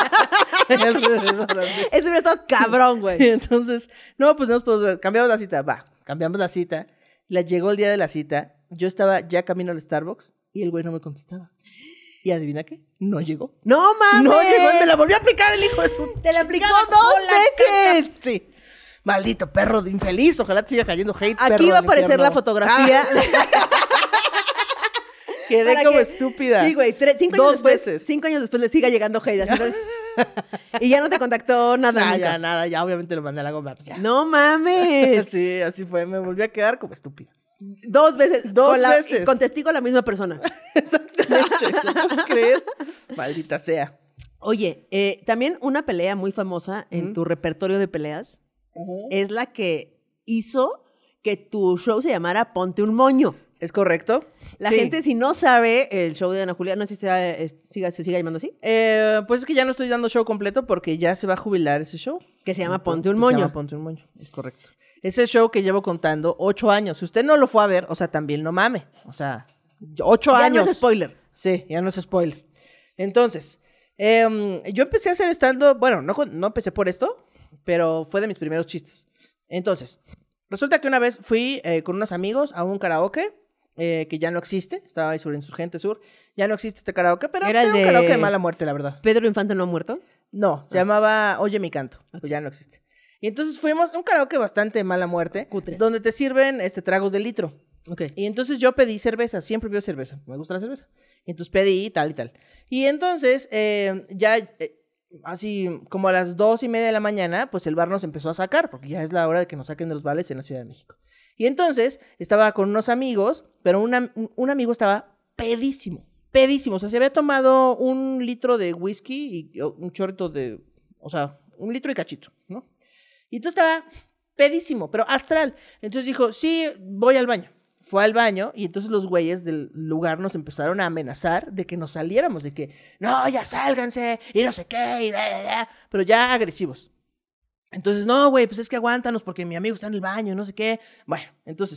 Eso hubiera estado cabrón, Y güey. entonces, no, pues no nos podemos ver. Cambiamos la cita. Va, cambiamos la cita. Llegó el día de la cita. Yo estaba ya camino al Starbucks y el güey no me contestaba. ¿Y adivina qué? No llegó. ¡No mames! No llegó y me la volvió a aplicar el hijo de su... ¡Te la aplicó chingada 2 cola, veces! caca. Sí. Maldito perro de infeliz. Ojalá te siga cayendo hate, perro Aquí va a del aparecer infierno. la fotografía. Quedé Para como que- estúpida. Sí, güey. 5 años 2 después. veces. 5 años después le siga llegando hate. así, y ya no te contactó nada. Nah, nunca. ya nada, ya obviamente lo mandé a la goma. Pues ya. No mames. Sí, así fue. Me volví a quedar como estúpida. 2 veces. 2 y veces. con testigo a la misma persona. Exactamente. ¿Lo puedes creer? Maldita sea. Oye, también una pelea muy famosa en tu repertorio de peleas es la que hizo que tu show se llamara Ponte un Moño. ¿Es correcto? La Sí. gente, si no sabe el show de Ana Julia, no sé si se siga llamando así, Pues es que ya no estoy dando show completo porque ya se va a jubilar ese show. que se llama Ponte un Se Moño. llama Ponte un Moño, es correcto. Ese show que llevo contando 8 años. Si usted no lo fue a ver, o sea, también no mame. O sea, 8 Ya años. no es spoiler. Sí, ya no es spoiler. Entonces, yo empecé a hacer stand-up, bueno, no empecé por esto, pero fue de mis primeros chistes. Entonces, resulta que una vez fui con unos amigos a un karaoke que ya no existe, estaba ahí sobre Insurgente Sur, ya no existe este karaoke, pero Era era el un de- karaoke de mala muerte, la verdad. ¿Pedro Infante no ha muerto? No, se llamaba Oye mi canto, pues ya no existe. Y entonces fuimos a un karaoke bastante de mala muerte, Cutre. donde te sirven tragos de litro. Ok. Y entonces yo pedí cerveza, siempre pido cerveza, me gusta la cerveza. Y entonces pedí tal y tal. Y entonces así como a las 2:30 de la mañana, pues el bar nos empezó a sacar, porque ya es la hora de que nos saquen de los bares en la Ciudad de México. Y entonces estaba con unos amigos, pero un amigo estaba pedísimo, pedísimo. O sea, se había tomado 1 litro de whisky y un chorrito o sea, 1 litro y cachito, ¿no? Y entonces estaba pedísimo, pero astral. Entonces dijo, sí, voy al baño. Fue al baño y entonces los güeyes del lugar nos empezaron a amenazar de que nos saliéramos, de que, no, ya sálganse, y no sé qué, y pero ya agresivos. Entonces, no, güey, pues es que aguántanos porque mi amigo está en el baño, no sé qué. Bueno, entonces,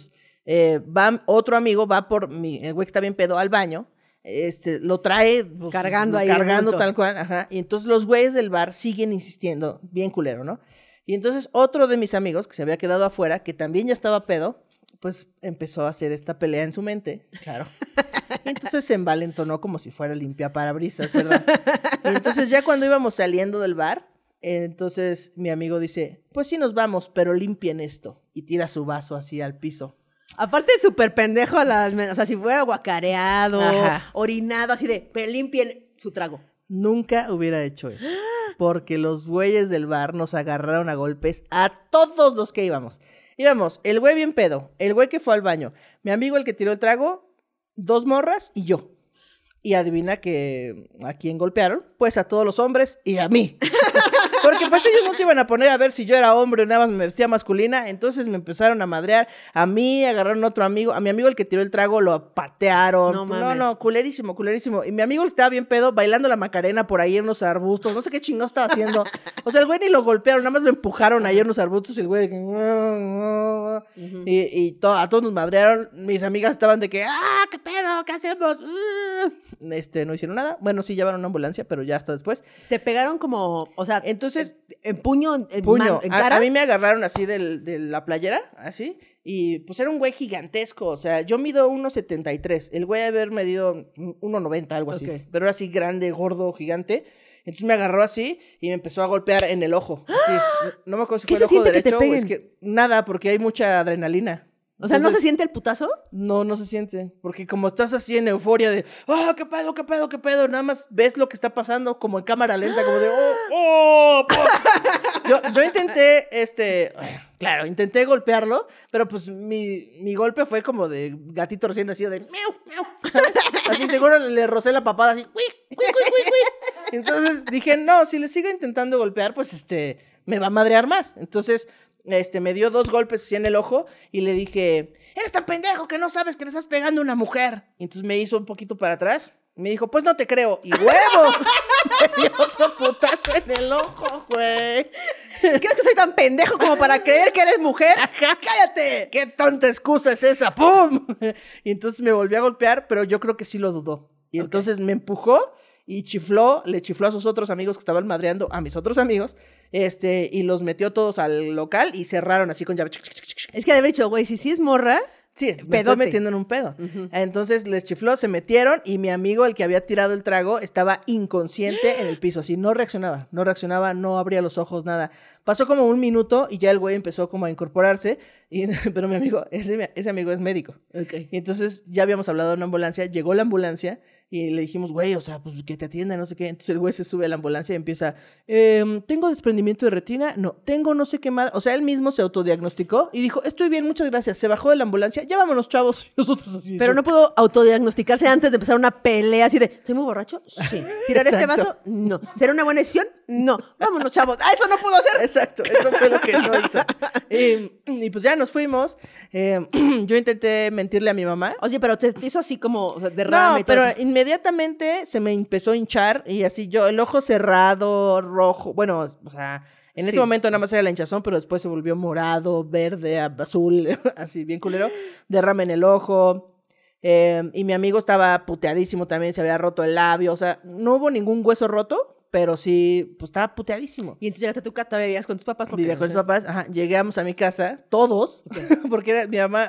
va otro amigo, va por el güey que está bien pedo al baño, lo trae pues, Cargando ahí cargando el bulto. tal cual, ajá, y entonces los güeyes del bar siguen insistiendo, bien culero, ¿no? Y entonces otro de mis amigos que se había quedado afuera, que también ya estaba pedo, pues empezó a hacer esta pelea en su mente, claro. Y entonces se envalentonó como si fuera limpiaparabrisas, ¿verdad? Y entonces ya cuando íbamos saliendo del bar, entonces mi amigo dice, pues sí nos vamos, pero limpien esto. Y tira su vaso así al piso. Aparte, súper pendejo, o sea, si fuera guacareado, Ajá. orinado, así de, pero limpien su trago. Nunca hubiera hecho eso. Porque los güeyes del bar nos agarraron a golpes a todos los que íbamos. Íbamos, el güey bien pedo, el güey que fue al baño, mi amigo el que tiró el trago, 2 morras y yo. Y adivina a quién golpearon. Pues a todos los hombres y a mí. Porque pues ellos no se iban a poner a ver si yo era hombre o nada más me vestía masculina. Entonces me empezaron a madrear. A mí agarraron a otro amigo. A mi amigo el que tiró el trago lo patearon. No mames. No, culerísimo, culerísimo. Y mi amigo el que estaba bien pedo bailando la Macarena por ahí en los arbustos. No sé qué chingado estaba haciendo. O sea, el güey ni lo golpearon. Nada más lo empujaron ahí en los arbustos. Y el güey de que... Y a todos nos madrearon. Mis amigas estaban de que, ¿qué pedo? ¿Qué hacemos? No hicieron nada. Bueno, sí llevaron una ambulancia, pero ya hasta después. Te pegaron como, o sea, Entonces, en puño, en puño. en cara. A mí me agarraron así de la playera, así, y pues era un güey gigantesco, o sea, yo mido 1.73, el güey debe haber medido 1.90, algo así, Ok. pero era así grande, gordo, gigante. Entonces me agarró así y me empezó a golpear en el ojo. Así. No me acuerdo si ¿Qué fue el se ojo siente que te derecho o peguen? es que nada, porque hay mucha adrenalina. O sea, ¿no Entonces, se siente el putazo? no se siente. Porque como estás así en euforia de, qué pedo, qué pedo, qué pedo. Nada más ves lo que está pasando como en cámara lenta, como de, Yo intenté, claro, intenté golpearlo, pero pues mi golpe fue como de gatito recién nacido de, miau, miau. ¿Sabes? Así seguro le rocé la papada así, ¡uy, uy, uy, uy, uy! Entonces dije, no, si le sigo intentando golpear, pues me va a madrear más. Entonces, me dio 2 golpes así en el ojo y le dije, eres tan pendejo que no sabes que le estás pegando a una mujer. Y entonces me hizo un poquito para atrás. Me dijo, pues no te creo. Y huevos. Me dio otro putazo en el ojo, güey. ¿Crees que soy tan pendejo como para creer que eres mujer? Ajá. ¡Cállate! ¿Qué tonta excusa es esa? ¡Pum! Y entonces me volvió a golpear, pero yo creo que sí lo dudó. Y entonces me empujó y le chifló a sus otros amigos que estaban madreando a mis otros amigos, y los metió todos al local y cerraron así con llave. Es que de haber dicho, güey, si sí es morra, Sí, me estoy pedote. metiendo en un pedo. Entonces les chifló, se metieron y mi amigo, el que había tirado el trago, estaba inconsciente en el piso, así no reaccionaba, no abría los ojos, nada. Pasó como 1 minuto y ya el güey empezó como a incorporarse, pero mi amigo, ese amigo es médico. Okay. Y entonces ya habíamos hablado de una ambulancia, llegó la ambulancia y le dijimos, güey, o sea, pues que te atienda, no sé qué. Entonces el güey se sube a la ambulancia y empieza, ¿tengo desprendimiento de retina? No, tengo no sé qué más. O sea, él mismo se autodiagnosticó y dijo, estoy bien, muchas gracias. Se bajó de la ambulancia, ya vámonos, chavos. Y nosotros así. Pero no pudo autodiagnosticarse antes de empezar una pelea así de, ¿estoy muy borracho? Sí. ¿Tirar este Exacto. vaso? No. ¿Será una buena decisión? No. Vámonos, chavos. ¡Ah, eso no pudo hacer! Exacto, eso fue lo que no hizo. Y pues ya nos fuimos. Yo intenté mentirle a mi mamá. Oye, pero te hizo así como, o sea, derrame No, y todo. pero inmediatamente se me empezó a hinchar y así yo, el ojo cerrado, rojo, bueno, o sea, en ese Sí. momento nada más era la hinchazón, pero después se volvió morado, verde, azul, así bien culero, derrame en el ojo. Y mi amigo estaba puteadísimo también, se había roto el labio, o sea, no hubo ningún hueso roto, pero sí, pues estaba puteadísimo. Y entonces llegaste a tu casa, vivías con tus papás. porque- Vivía con mis papás, ajá, llegamos a mi casa, todos, porque era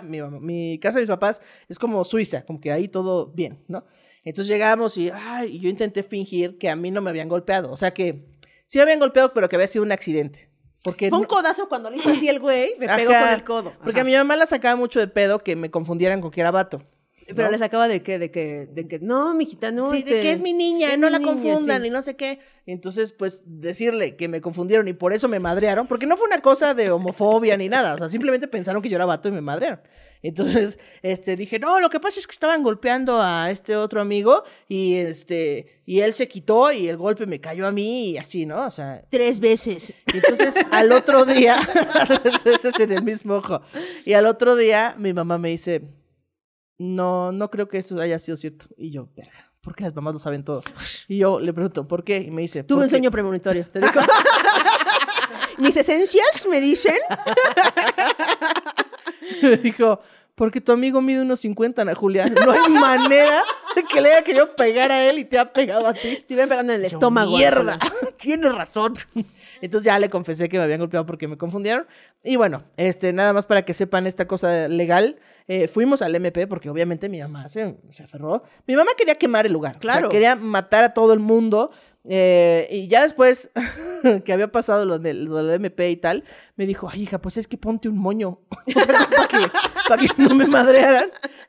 mi casa de mis papás es como Suiza, como que ahí todo bien, ¿no? Entonces llegamos y yo intenté fingir que a mí no me habían golpeado, o sea que sí me habían golpeado, pero que había sido un accidente. Porque Fue un no- codazo cuando le hizo así el güey, me pegó Ajá, con el codo. Porque Ajá. a mi mamá la sacaba mucho de pedo que me confundieran con que era vato. Pero ¿no? le sacaba de que, no, mijita, no. Sí, de que es mi niña, es no mi la niña, confundan sí. y no sé qué. Entonces, pues, decirle que me confundieron y por eso me madrearon, porque no fue una cosa de homofobia ni nada, o sea, simplemente pensaron que yo era vato y me madrearon. Entonces, dije, no, lo que pasa es que estaban golpeando a este otro amigo y él se quitó y el golpe me cayó a mí y así, ¿no? O sea, 3 veces. y entonces al otro día, ese es en el mismo ojo, y al otro día mi mamá me dice, no creo que eso haya sido cierto. Y yo, verga, ¿por qué las mamás lo saben todo? Y yo le pregunto, ¿por qué? Y me dice, Tuve un "Porque- sueño premonitorio, te digo. Mis esencias me dicen. me dijo, Porque tu amigo mide unos 50, Ana Julia. No hay manera de que le haya querido pegar a él y te ha pegado a ti. Te iban pegando en el estómago. ¡Mierda! Tienes razón. Entonces ya le confesé que me habían golpeado porque me confundieron. Y bueno, nada más para que sepan esta cosa legal. Fuimos al MP porque obviamente mi mamá se aferró. Mi mamá quería quemar el lugar. Claro. O sea, quería matar a todo el mundo. Y ya después que había pasado lo del MP y tal, me dijo, ay, hija, pues es que ponte un moño para que no me madrearan.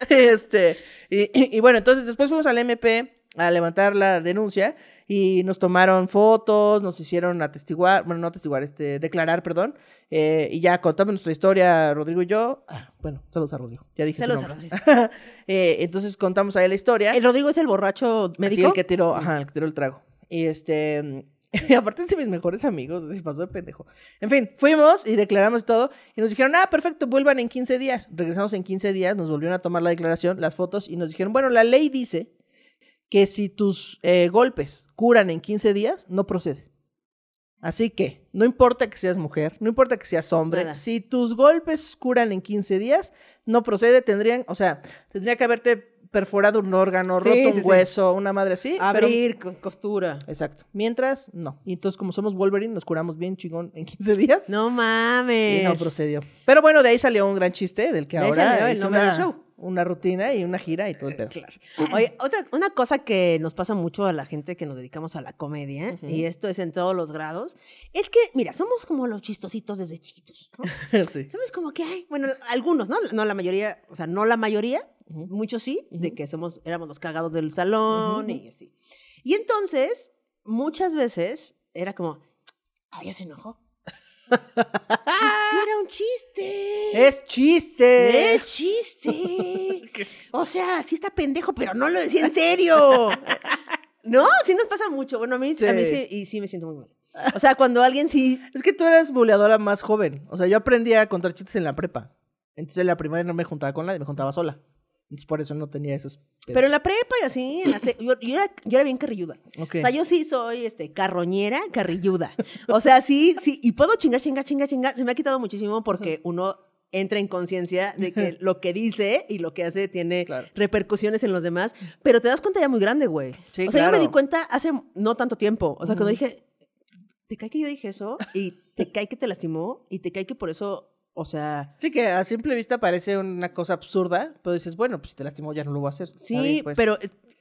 Y bueno, entonces después fuimos al MP a levantar la denuncia y nos tomaron fotos, nos hicieron atestiguar, bueno, no atestiguar, declarar, perdón, y ya contamos nuestra historia, Rodrigo y yo. Bueno, saludos a Rodrigo, ya dije Saludos su nombre. a Rodrigo. Entonces contamos ahí la historia. ¿El Rodrigo es el borracho médico? Sí, el que tiró el trago. Y y aparte es de mis mejores amigos, se pasó de pendejo. En fin, fuimos y declaramos todo y nos dijeron, perfecto, vuelvan en 15 días. Regresamos en 15 días, nos volvieron a tomar la declaración, las fotos y nos dijeron, bueno, la ley dice que si tus golpes curan en 15 días, no procede. Así que, no importa que seas mujer, no importa que seas hombre, Nada. si tus golpes curan en 15 días, no procede, tendría que haberte perforado un órgano, Sí, roto sí, un sí. hueso, una madre así. Abrir, costura. Exacto. Mientras, no. Y entonces, como somos Wolverine, nos curamos bien chingón en 15 días. No mames. Y no procedió. Pero bueno, de ahí salió un gran chiste, del que De ahí ahora salió el es nombre del show. una rutina y una gira y todo el pedo. Claro. Oye, una cosa que nos pasa mucho a la gente que nos dedicamos a la comedia, y esto es en todos los grados, es que, mira, somos como los chistositos desde chiquitos, ¿no? Sí. Somos como que hay, bueno, algunos, ¿no? No la mayoría, o sea, no la mayoría, muchos sí, de que éramos los cagados del salón y así. Y entonces, muchas veces, era como, ya se enojó. Sí, era un chiste. ¡Es chiste! ¡Es chiste! O sea, sí está pendejo, pero no lo decía en serio. ¿No? Sí nos pasa mucho. Bueno, a mí sí, y sí me siento muy mal. O sea, cuando alguien sí... Es que tú eras buleadora más joven. O sea, yo aprendí a contar chistes en la prepa. Entonces en la primaria no me juntaba con nadie, me juntaba sola. Entonces por eso no tenía esos... Pero en la prepa y así, yo era bien carrilluda. Okay. O sea, yo sí soy carroñera, carrilluda. O sea, sí, y puedo chingar. Se me ha quitado muchísimo porque uno entra en conciencia de que lo que dice y lo que hace tiene repercusiones en los demás, pero te das cuenta ya muy grande, güey. Sí, o sea, claro. yo me di cuenta hace no tanto tiempo. O sea, cuando dije, te cae que yo dije eso y te cae que te lastimó y te cae que por eso... O sea... Sí, que a simple vista parece una cosa absurda, pero dices, bueno, pues si te lastimó ya no lo voy a hacer. Sí, bien, pues. pero...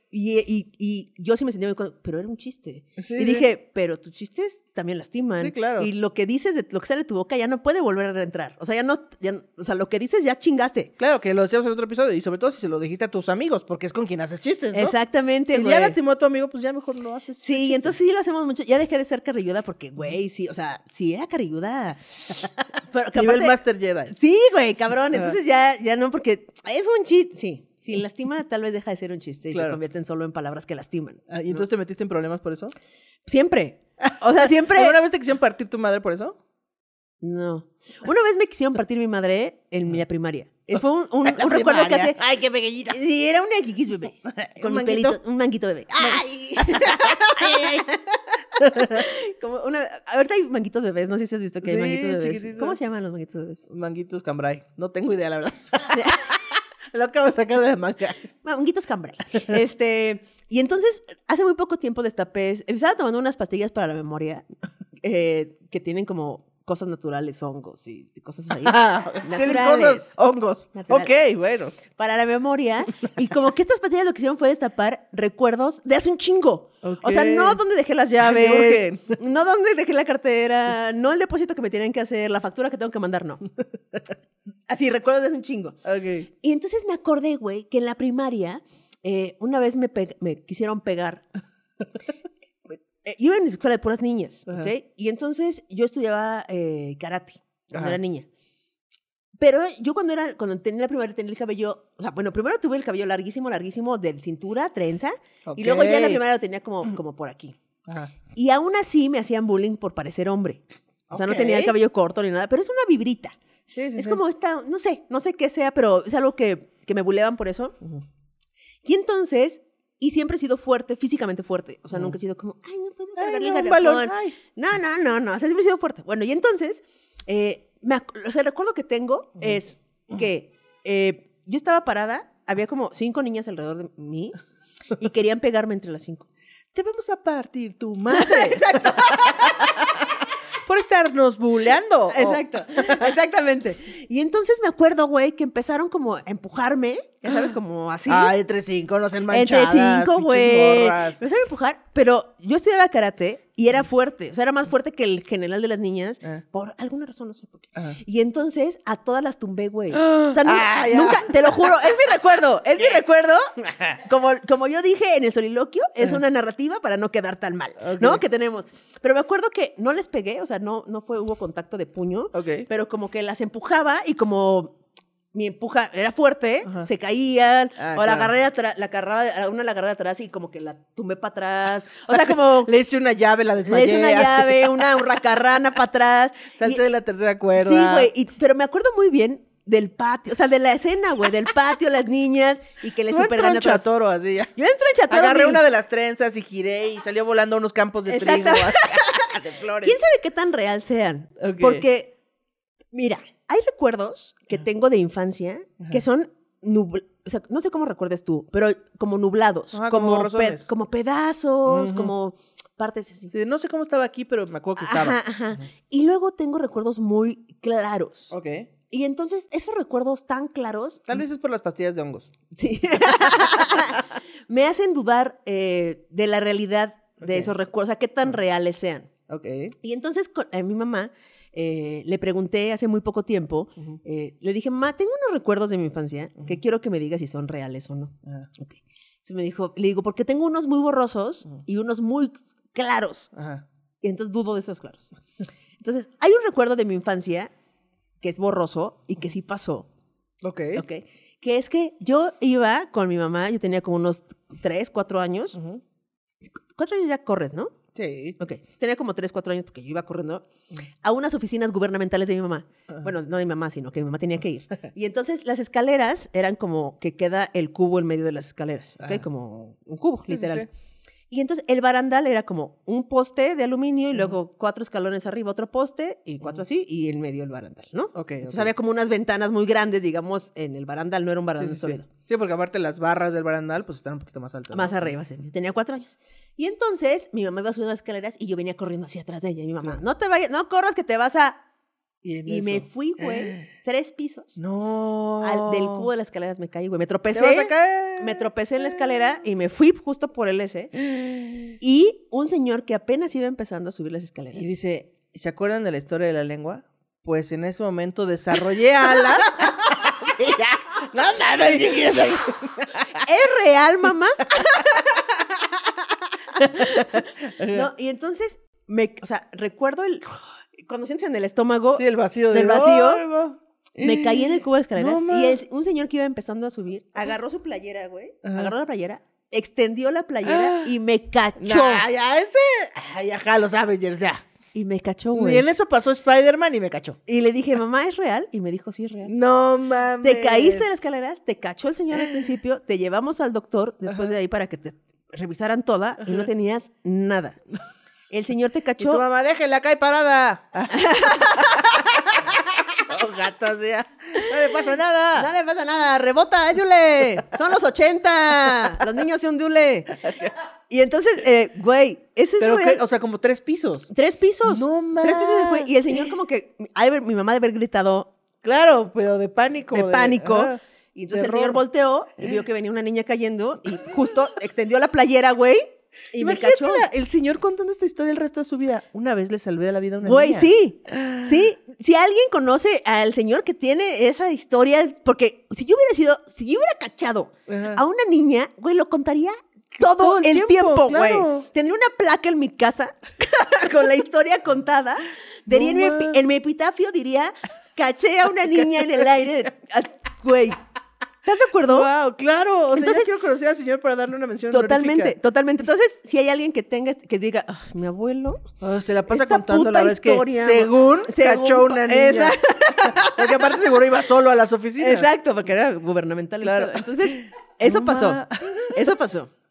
Y yo sí me sentía muy... Pero era un chiste. Sí, y dije, pero tus chistes también lastiman. Sí, claro. Y lo que dices, lo que sale de tu boca ya no puede volver a reentrar. O sea, o sea, lo que dices ya chingaste. Claro, que lo decíamos en otro episodio, y sobre todo si se lo dijiste a tus amigos, porque es con quien haces chistes, ¿no? Exactamente, Si güey. ya lastimó a tu amigo, pues ya mejor no haces Sí, chistes. entonces sí lo hacemos mucho. Ya dejé de ser carrilluda porque, güey, sí, o sea, sí era carrilluda. Pero que Nivel aparte- Master Jedi. Sí, güey, cabrón. Entonces ya no, porque es un chiste. Sí, si lastima, tal vez deja de ser un chiste y Claro. se convierten solo en palabras que lastiman. ¿Y entonces te metiste en problemas por eso? Siempre. O sea, siempre. ¿Alguna vez te quisieron partir tu madre por eso? No. Una vez me quisieron partir mi madre en la primaria. Fue un recuerdo que primaria. hace. ¡Ay, qué pequeñita! Sí, era una kikis bebé. Con ¿Un mi manguito? pelito, un manguito bebé. ¡Ay! Como ahorita hay manguitos bebés, no sé si has visto que hay Sí, manguitos bebés. chiquititos. ¿Cómo se llaman los manguitos bebés? Manguitos Cambrai. No tengo idea, la verdad. Lo acabo de sacar de la manga. Manguitos Cambrai. Y entonces, hace muy poco tiempo destapé, estaba tomando unas pastillas para la memoria que tienen como cosas naturales, hongos y cosas ahí. Tienen Naturales. cosas, hongos. Naturales. Ok, bueno. Para la memoria. Y como que estas pastillas lo que hicieron fue destapar recuerdos de hace un chingo. Ok. O sea, no donde dejé las llaves, Ay, no donde dejé la cartera, no el depósito que me tienen que hacer, la factura que tengo que mandar, no. Así, recuerdos de hace un chingo. Ok. Y entonces me acordé, güey, que en la primaria una vez me quisieron pegar. Yo iba en la escuela de puras niñas, Ajá. ¿ok? Y entonces yo estudiaba karate cuando Ajá. era niña. Pero yo cuando tenía la primaria tenía el cabello, o sea, bueno, primero tuve el cabello larguísimo, de cintura, trenza, Ok. y luego ya en la primaria lo tenía como por aquí. Ajá. Y aún así me hacían bullying por parecer hombre. O sea, no Ok. tenía el cabello corto ni nada, pero es una vibrita. Sí, sí, Es sí. como esta, no sé qué sea, pero es algo que me buleaban por eso. Ujú. Y entonces, y siempre he sido fuerte, físicamente fuerte. O sea, nunca he sido como, ay, no puedo Ay, cargarle no, el un balón. garrafón. Ay. No. O sea, siempre he sido fuerte. Bueno, y entonces, o sea, el recuerdo que tengo es que yo estaba parada, había como 5 niñas alrededor de mí y querían pegarme entre las 5. Te vamos a partir tu madre. Exacto. Por estarnos buleando. Exacto, exactamente. Y entonces me acuerdo, güey, que empezaron como a empujarme, ya sabes, como así. Entre 5, no sean manchadas. Entre 5, güey. Morras. Me empezaron a empujar, pero yo estudiaba karate y era fuerte. O sea, era más fuerte que el general de las niñas. Por alguna razón, no sé por qué. Y entonces a todas las tumbé, güey. O sea, nunca, te lo juro, es mi recuerdo. Es mi recuerdo. Como yo dije en el soliloquio, es una narrativa para no quedar tan mal, ¿no? Que tenemos. Pero me acuerdo que no les pegué, o sea, no hubo contacto de puño. Pero como que las empujaba y como mi empuja era fuerte, se caían, o la agarré una la agarré de atrás y como que la tumbé para atrás. O sea, como... Le hice una llave, la desmayé. Le hice una llave, una hurracarrana para atrás. Salté de la tercera cuerda. Sí, güey, pero me acuerdo muy bien del patio, o sea, de la escena, güey, del patio, las niñas, y que le super gané atrás. Chatoro, así ya. Yo entré en chatoro. Agarré una de las trenzas y giré y salió volando a unos campos de trigo. De flores. ¿Quién sabe qué tan real sean? Porque, mira, hay recuerdos que tengo de infancia que son o sea, no sé cómo recuerdes tú, pero como nublados, como pedazos, como partes así. Sí, no sé cómo estaba aquí, pero me acuerdo que estaba. Y luego tengo recuerdos muy claros. Ok. Y entonces, esos recuerdos tan claros... Tal vez es por las pastillas de hongos. Sí. Me hacen dudar de la realidad de esos recuerdos, o sea, qué tan reales sean. Ok. Y entonces, a mi mamá le pregunté hace muy poco tiempo, le dije, mamá, tengo unos recuerdos de mi infancia que quiero que me digas si son reales o no. Okay. Entonces me dijo, le digo, porque tengo unos muy borrosos y unos muy claros. Y entonces dudo de esos claros. Entonces, hay un recuerdo de mi infancia que es borroso y que sí pasó. Ok. Que es que yo iba con mi mamá, yo tenía como unos 3, 4 años. 4 años ya corres, ¿no? Sí. Ok. Tenía como 3, 4 años porque yo iba corriendo a unas oficinas gubernamentales de mi mamá. Bueno, no de mi mamá, sino que mi mamá tenía que ir. Y entonces las escaleras eran como que queda el cubo en medio de las escaleras. ¿Ok? Como un cubo, literal. Sí. Y entonces el barandal era como un poste de aluminio y luego 4 escalones arriba, otro poste y 4 así y en medio el barandal, ¿no? Entonces había como unas ventanas muy grandes, digamos, en el barandal, no era un barandal sólido. Sí, porque aparte las barras del barandal pues están un poquito más altas. Más arriba, sí. Yo tenía 4 años. Y entonces mi mamá iba subiendo las escaleras y yo venía corriendo hacia atrás de ella. Y mi mamá, no te vayas, no corras que te vas a... Y me fui, güey, 3 pisos. No. Del cubo de las escaleras me caí, güey. Me tropecé. ¿Te vas a caer? Me tropecé en la escalera y me fui justo por el S. Y un señor que apenas iba empezando a subir las escaleras. Y dice, ¿se acuerdan de la historia de la lengua? Pues en ese momento desarrollé alas. No mames, ¿es real, mamá? No, y entonces, o sea, recuerdo cuando sientes en el estómago. Sí, el vacío del vacío. Me caí en el cubo de escaleras y un señor que iba empezando a subir agarró su playera, güey. Agarró la playera, extendió la playera y me cachó. Ajá, los Avengers, ya. Y me cachó, güey. Y en eso pasó Spider-Man y me cachó. Y le dije, mamá, ¿es real? Y me dijo, sí, es real. No mames. Te caíste de las escaleras, te cachó el señor al principio, te llevamos al doctor después de ahí para que te revisaran toda y no tenías nada. El señor te cachó. Y tu mamá, déjela acá y parada. Gato, o sea, no le pasa nada. No le pasa nada, rebota, es Dule. Son los 80. Los niños son Dule. Y entonces, güey, eso es real. O sea, como 3 pisos. 3 pisos. No mames. 3 pisos se fue. Y el señor como que, mi mamá debe haber gritado. Claro, pero de pánico. De pánico. Y entonces el señor volteó y vio que venía una niña cayendo y justo extendió la playera, güey. Y imagínate me cachó. El señor contando esta historia el resto de su vida. Una vez le salvé de la vida a una niña. Güey, sí. Si alguien conoce al señor que tiene esa historia, porque si yo hubiera cachado a una niña, güey, lo contaría todo el tiempo, güey. Claro. Tendría una placa en mi casa con la historia contada. Diría en mi epitafio diría, caché a una niña en el aire. Güey. ¿Estás de acuerdo? Wow, claro. O sea, entonces, quiero conocer al señor para darle una mención honorífica. Totalmente. Entonces, si hay alguien que diga, mi abuelo se la pasa contando la vez historia, que según cachó una niña. Porque aparte seguro iba solo a las oficinas. Exacto, porque era gubernamental. Claro. Entonces, eso pasó.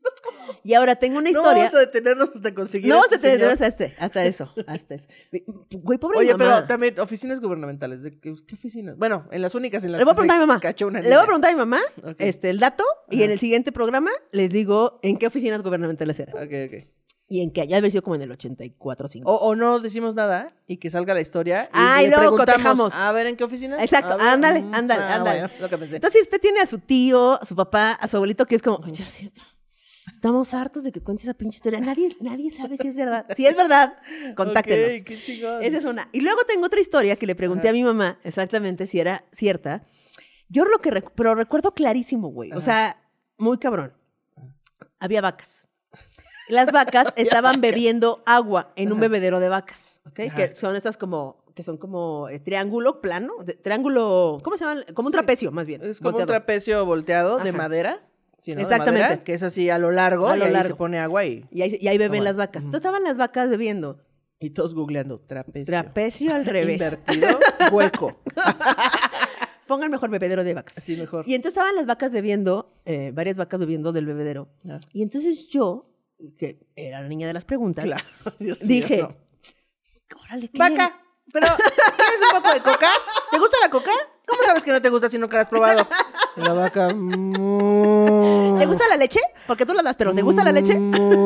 Y ahora tengo una No historia. vamos a detenernos hasta conseguir No vamos a este señor. detenernos hasta eso. Güey, pobre Oye, mi mamá. pero también oficinas gubernamentales. ¿De qué oficinas? Bueno, en las únicas en las Le voy a que preguntar a mi mamá. cachó una Le voy a niña. preguntar a mi mamá Ok. el dato y Ajá. en el siguiente programa les digo en qué oficinas gubernamentales era. Ok, ok. Y en que haya haber sido como en el 84 5. O no decimos nada y que salga la historia. Ah, y le luego preguntamos, cotejamos. A ver, ¿en qué oficina? Exacto, A ver, ándale. Bueno, lo que pensé. Entonces, si usted tiene a su tío, a su papá, a su abuelito, que es como, ya sí, estamos hartos de que cuente esa pinche historia. Nadie sabe si es verdad. Si es verdad, contáctenos. Ok, qué chingón. Esa es una. Y luego tengo otra historia que le pregunté a mi mamá exactamente si era cierta. Yo lo que pero recuerdo clarísimo, güey. O sea, muy cabrón. Había vacas. Las vacas estaban bebiendo agua en un bebedero de vacas, ¿ok? Ajá. Que son estas que son como triángulo plano, triángulo, ¿cómo se llaman? Como un trapecio, más bien. Es como un volteado. trapecio volteado de Ajá. madera. Sí, ¿no? De Exactamente. madera, que es así a lo largo. A lo y ahí largo. se pone agua y Y ahí beben Agua. las vacas. Ujú. Entonces estaban las vacas bebiendo. y todos googleando trapecio. Trapecio al revés. Invertido, hueco. Pongan mejor bebedero de vacas. Así mejor. Y entonces estaban las vacas bebiendo, varias vacas bebiendo del bebedero. Ah. Y entonces yo, que era la niña de las preguntas, Claro, Dios mío, dije, no. órale, ¿qué Vaca, pero ¿quieres un poco de coca? ¿Te gusta la coca? ¿Cómo sabes que no te gusta si nunca la has probado? La vaca. ¿Te gusta la leche? Porque tú la das, pero ¿te gusta la leche?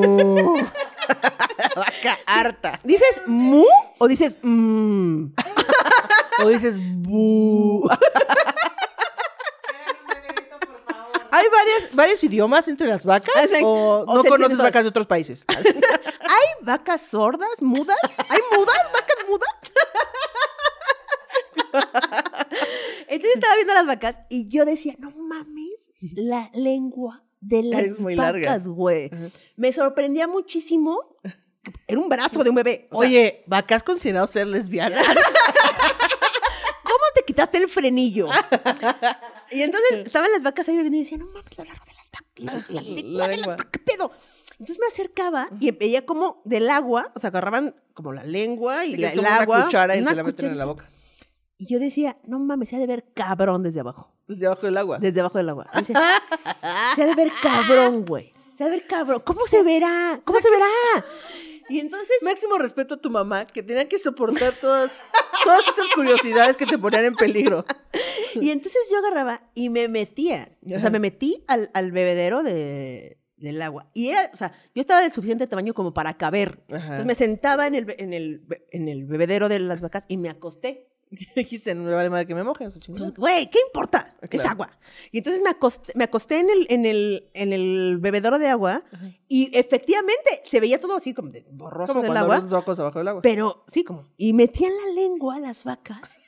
La vaca harta. ¿Dices mu o dices mmm? O dices bu. ¿Hay varios idiomas entre las vacas? Ah, sí. ¿O O no se conoces entienden vacas todas. de otros países? ¿Hay vacas sordas, mudas? ¿Hay mudas? ¿Vacas mudas? Entonces estaba viendo las vacas y yo decía, no mames, la lengua de las Es muy larga. vacas, güey. Ajá. Me sorprendía muchísimo. Era un brazo de un bebé. O sea, Oye, ¿vacas considerado ser lesbianas? ¿cómo te quitaste el frenillo? Y entonces estaban las vacas ahí bebiendo y decía, no mames, lo largo de las vacas, la lengua de las lengua. vacas, ¿qué pedo? Entonces me acercaba y veía como del agua, o sea, agarraban como la lengua y Que es el como agua. una cuchara y una se la meten en la cuchara, boca. Y yo decía, no mames, se ha de ver cabrón desde abajo. Desde abajo del agua. Desde abajo del agua. Y decía, se ha de ver cabrón, güey. Se ha de ver cabrón. ¿Cómo se verá? ¿Cómo se verá? Y entonces, Máximo respeto a tu mamá, que tenía que soportar todas esas curiosidades que te ponían en peligro. y entonces yo agarraba y me metía. O sea, Ajá. me metí al bebedero del agua. Y era, o sea, yo estaba del suficiente tamaño como para caber. Ajá. Entonces me sentaba en el bebedero de las vacas y me acosté. Dijiste, no me vale madre que me mojen. su chingada. Pues, güey, ¿qué importa? Es Claro. agua. Y entonces me acosté en el bebedero de agua y efectivamente se veía todo así como de borroso Como del cuando agua. abres los ojos abajo del agua. Pero sí, como. Y metían la lengua a las vacas.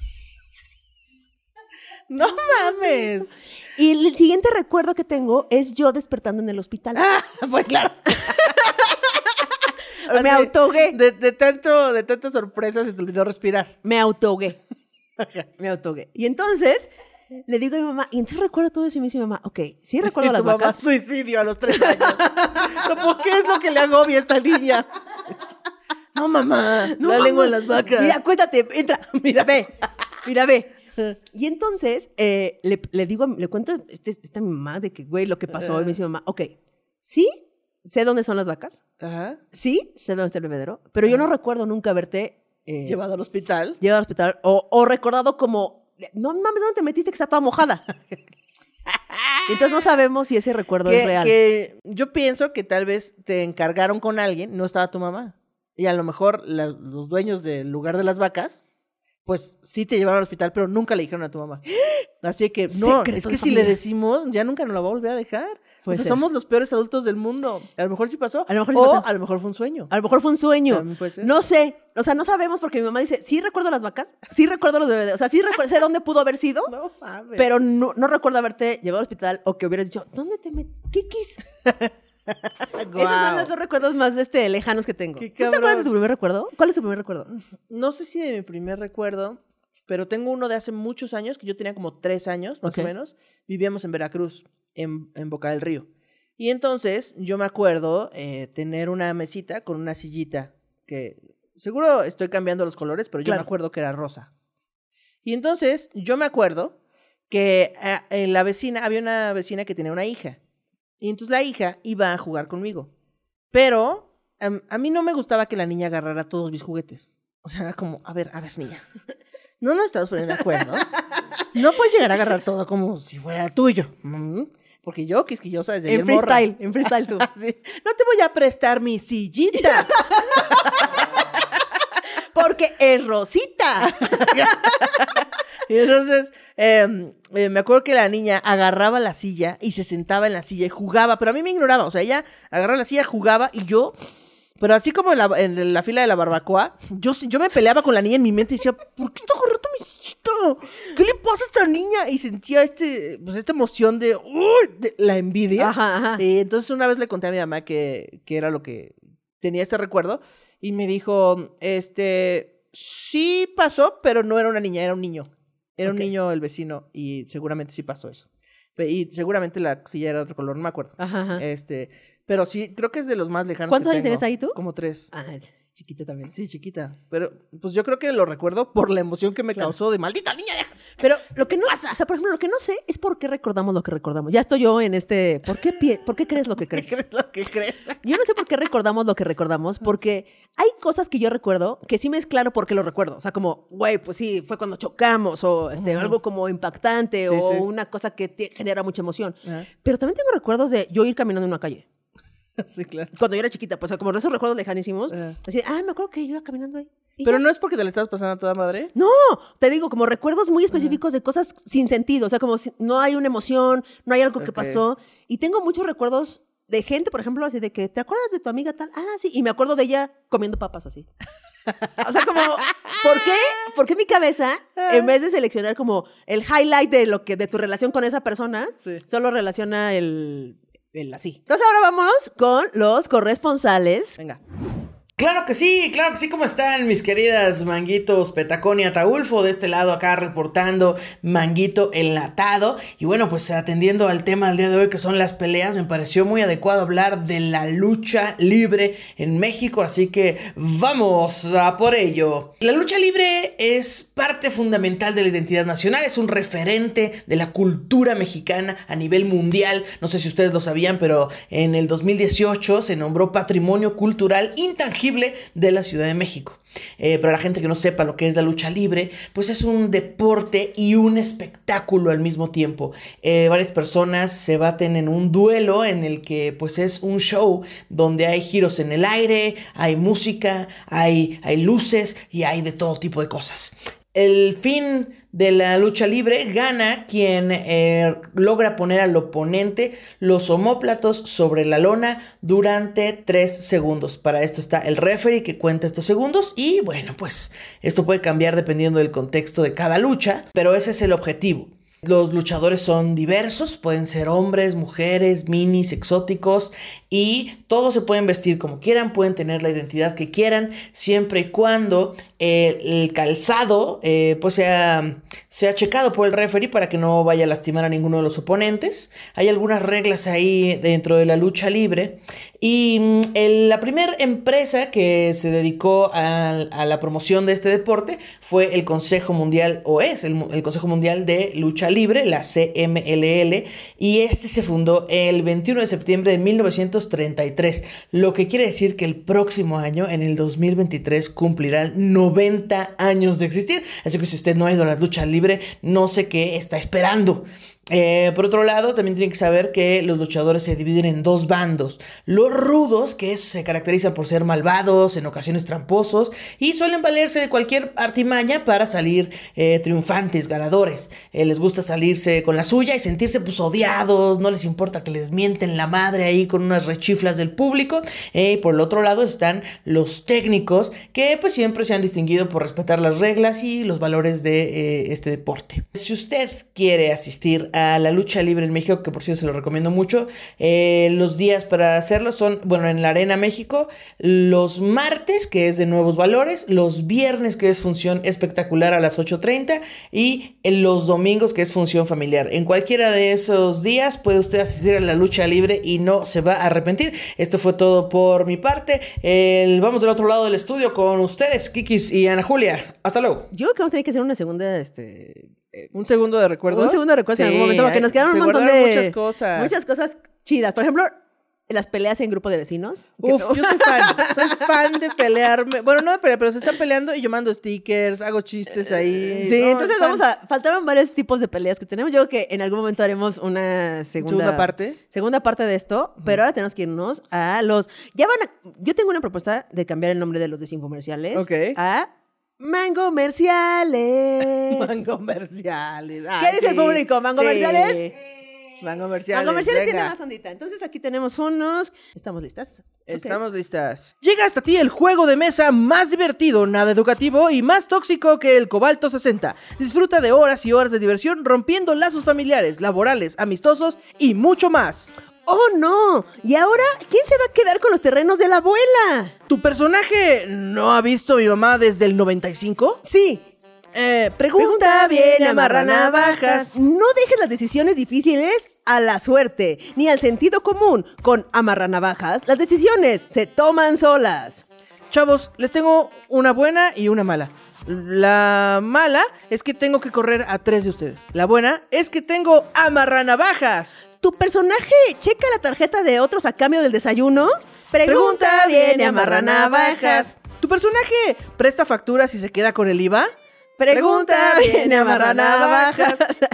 ¡No mames! Y el siguiente recuerdo que tengo es yo despertando en el hospital. Pues claro. Me Así, autogué. De tantas sorpresas se te olvidó respirar. Me autogué. Me autogué. Y entonces le digo a mi mamá, y entonces recuerdo todo eso y me dice mi mamá, ok, sí recuerdo Y las tu mamá, vacas. suicidio a los 3 años. ¿Pero por qué es lo que le agobia a esta niña? No, mamá. No, la mamá. lengua de las vacas. Mira, cuéntate, entra. Mira, ve. Mira, ve. Y entonces le digo, le cuento esta mi mamá de que, güey, lo que pasó. Y me dice mi mamá, ok, sí, sé dónde son las vacas. Ajá. Sí, sé dónde está el bebedero. Pero yo no recuerdo nunca haberte Llevado al hospital. llevado al hospital o recordado como, no mames, ¿dónde te metiste que está toda mojada? Entonces no sabemos si ese recuerdo es real. Que yo pienso que tal vez te encargaron con alguien, no estaba tu mamá. Y a lo mejor los dueños del lugar de las vacas, pues sí te llevaron al hospital, pero nunca le dijeron a tu mamá. Así que no, Secreto es de que si familia. le decimos, ya nunca nos la va a volver a dejar. Puede O sea, ser. somos los peores adultos del mundo. A lo mejor sí pasó. A lo mejor sí o pasó. a lo mejor fue un sueño. A lo mejor fue un sueño. También puede ser. No sé. O sea, no sabemos porque mi mamá dice, sí recuerdo las vacas, sí recuerdo los bebés. O sea, sí recuerdo, sé dónde pudo haber sido, No mames. pero no recuerdo haberte llevado al hospital o que hubieras dicho, ¿dónde te metiste? ¿Qué? Guau. Esos son los dos recuerdos más lejanos que tengo. Qué ¿Tú te acuerdas cabrón. de tu primer recuerdo? ¿Cuál es tu primer recuerdo? No sé si de mi primer recuerdo, pero tengo uno de hace muchos años, que yo tenía como 3 años, más Ok. o menos. Vivíamos en Veracruz, en Boca del Río. Y entonces yo me acuerdo tener una mesita con una sillita, que seguro estoy cambiando los colores, pero yo Claro. me acuerdo que era rosa. Y entonces yo me acuerdo que había una vecina que tenía una hija. Y entonces la hija iba a jugar conmigo. Pero a mí no me gustaba que la niña agarrara todos mis juguetes. O sea, era como, a ver, niña. No nos estamos poniendo de acuerdo. No puedes llegar a agarrar todo como si fuera tuyo. Porque yo, quisquillosa desde En freestyle tú. Sí. No te voy a prestar mi sillita. Porque es Rosita. Y entonces, me acuerdo que la niña agarraba la silla y se sentaba en la silla y jugaba, pero a mí me ignoraba. O sea, ella agarraba la silla, jugaba y yo, pero así como en la fila de la barbacoa, yo me peleaba con la niña en mi mente y decía, ¿por qué está agarrando mi sillita? ¿Qué le pasa a esta niña? Y sentía esta emoción de la envidia. Ajá. Y entonces una vez le conté a mi mamá que era lo que tenía este recuerdo y me dijo, sí pasó, pero no era una niña, era un niño. Era un niño el vecino y seguramente sí pasó eso. Y seguramente la silla era de otro color, no me acuerdo. Ajá. Pero sí, creo que es de los más lejanos. ¿Cuántos que años tengo. tienes ahí tú? Como 3. Ah, es chiquita también. Sí, chiquita. Pero pues yo creo que lo recuerdo por la emoción que me causó de maldita niña. Pero lo que no pasa, o sea, por ejemplo, lo que no sé es por qué recordamos lo que recordamos. Ya estoy yo en ¿por qué crees lo que crees? ¿Qué crees lo que crees? Yo no sé por qué recordamos lo que recordamos, porque hay cosas que yo recuerdo que sí me es claro por qué lo recuerdo. O sea, como, güey, pues sí, fue cuando chocamos, o algo como impactante, Sí, o sí. una cosa que te genera mucha emoción. Ajá. Pero también tengo recuerdos de yo ir caminando en una calle. Sí, claro. Cuando yo era chiquita, pues como esos recuerdos lejanísimos. Ajá. Así, me acuerdo que yo iba caminando ahí. y Pero ya. no es porque te la estabas pasando a toda madre. No, te digo, como recuerdos muy específicos de cosas sin sentido. O sea, como si no hay una emoción, no hay algo que Ok. pasó. Y tengo muchos recuerdos de gente, por ejemplo, así de que, ¿te acuerdas de tu amiga tal? Ah, sí. Y me acuerdo de ella comiendo papas así. O sea, como, ¿por qué mi cabeza, en vez de seleccionar como el highlight de tu relación con esa persona, Sí. solo relaciona el así? Entonces ahora vámonos con los corresponsales. Venga. Claro que sí, ¿cómo están mis queridas Manguitos, Petacón y Ataulfo? De este lado acá reportando Manguito enlatado. Y bueno, pues atendiendo al tema del día de hoy que son las peleas, me pareció muy adecuado hablar de la lucha libre en México, así que vamos a por ello. La lucha libre es parte fundamental de la identidad nacional, es un referente de la cultura mexicana a nivel mundial. No sé si ustedes lo sabían, pero en el 2018 se nombró Patrimonio Cultural Intangible de la Ciudad de México. Para la gente que no sepa lo que es la lucha libre, pues es un deporte y un espectáculo al mismo tiempo. Varias personas se baten en un duelo en el que pues es un show donde hay giros en el aire, hay música, hay luces y hay de todo tipo de cosas. El fin de la lucha libre gana quien logra poner al oponente los omóplatos sobre la lona durante 3 segundos. Para esto está el referee que cuenta estos segundos y bueno, pues esto puede cambiar dependiendo del contexto de cada lucha, pero ese es el objetivo. Los luchadores son diversos, pueden ser hombres, mujeres, minis, exóticos y todos se pueden vestir como quieran, pueden tener la identidad que quieran, siempre y cuando el calzado pues sea checado por el referee para que no vaya a lastimar a ninguno de los oponentes. Hay algunas reglas ahí dentro de la lucha libre y la primera empresa que se dedicó a la promoción de este deporte fue el Consejo Mundial, o es el Consejo Mundial de Lucha Libre, la CMLL, y este se fundó el 21 de septiembre de 1933, lo que quiere decir que el próximo año, en el 2023, cumplirán 90 años de existir, así que si usted no ha ido a la lucha libre, no sé qué está esperando. Por otro lado, también tienen que saber que los luchadores se dividen en 2 bandos. Los rudos, que se caracterizan por ser malvados, en ocasiones tramposos, y suelen valerse de cualquier artimaña para salir triunfantes, ganadores. Les gusta salirse con la suya y sentirse pues odiados, no les importa que les mienten la madre ahí con unas rechiflas del público. Por el otro lado están los técnicos, que pues siempre se han distinguido por respetar las reglas y los valores de este deporte. Si usted quiere asistir a la lucha libre en México, que por cierto se lo recomiendo mucho, los días para hacerlo son, bueno, en la Arena México, los martes, que es de Nuevos Valores, los viernes, que es función espectacular a las 8:30, y en los domingos, que es función familiar. En cualquiera de esos días puede usted asistir a la lucha libre y no se va a arrepentir. Esto fue todo por mi parte. Vamos del otro lado del estudio con ustedes, Kikis y Ana Julia. Hasta luego. Yo creo que vamos a tener que hacer una segunda, ¿Un segundo de recuerdo? un segundo de recuerdo en algún momento, porque nos quedaron un montón guardaron de... muchas cosas. Muchas cosas chidas. Por ejemplo, las peleas en grupo de vecinos. Uf, yo soy fan de pelearme. Bueno, no de pelear, pero se están peleando y yo mando stickers, hago chistes ahí. Sí, No, entonces faltaron varios tipos de peleas que tenemos. Yo creo que en algún momento haremos una segunda parte de esto, pero ahora tenemos que irnos a los... Yo tengo una propuesta de cambiar el nombre de los desinfomerciales a Mangomerciales. Mangomerciales. ¿Qué dice el público? ¿Mangomerciales? Sí. Mangomerciales. Mangomerciales tiene venga. más ondita. Entonces aquí tenemos unos... ¿Estamos listas? Estamos listas. Llega hasta ti el juego de mesa más divertido, nada educativo y más tóxico que el Cobalto 60. Disfruta de horas y horas de diversión rompiendo lazos familiares, laborales, amistosos y mucho más. ¡Oh, no! ¿Y ahora quién se va a quedar con los terrenos de la abuela? ¿Tu personaje no ha visto a mi mamá desde el 95? Sí. Pregunta bien, amarra navajas. No dejes las decisiones difíciles a la suerte, ni al sentido común. Con amarranavajas, las decisiones se toman solas. Chavos, les tengo una buena y una mala. La mala es que tengo que correr a 3 de ustedes. La buena es que tengo amarranavajas. ¿Tu personaje checa la tarjeta de otros a cambio del desayuno? Pregunta bien, amarranavajas. ¿Tu personaje presta facturas y se queda con el IVA? Pregunta bien, amarranavajas.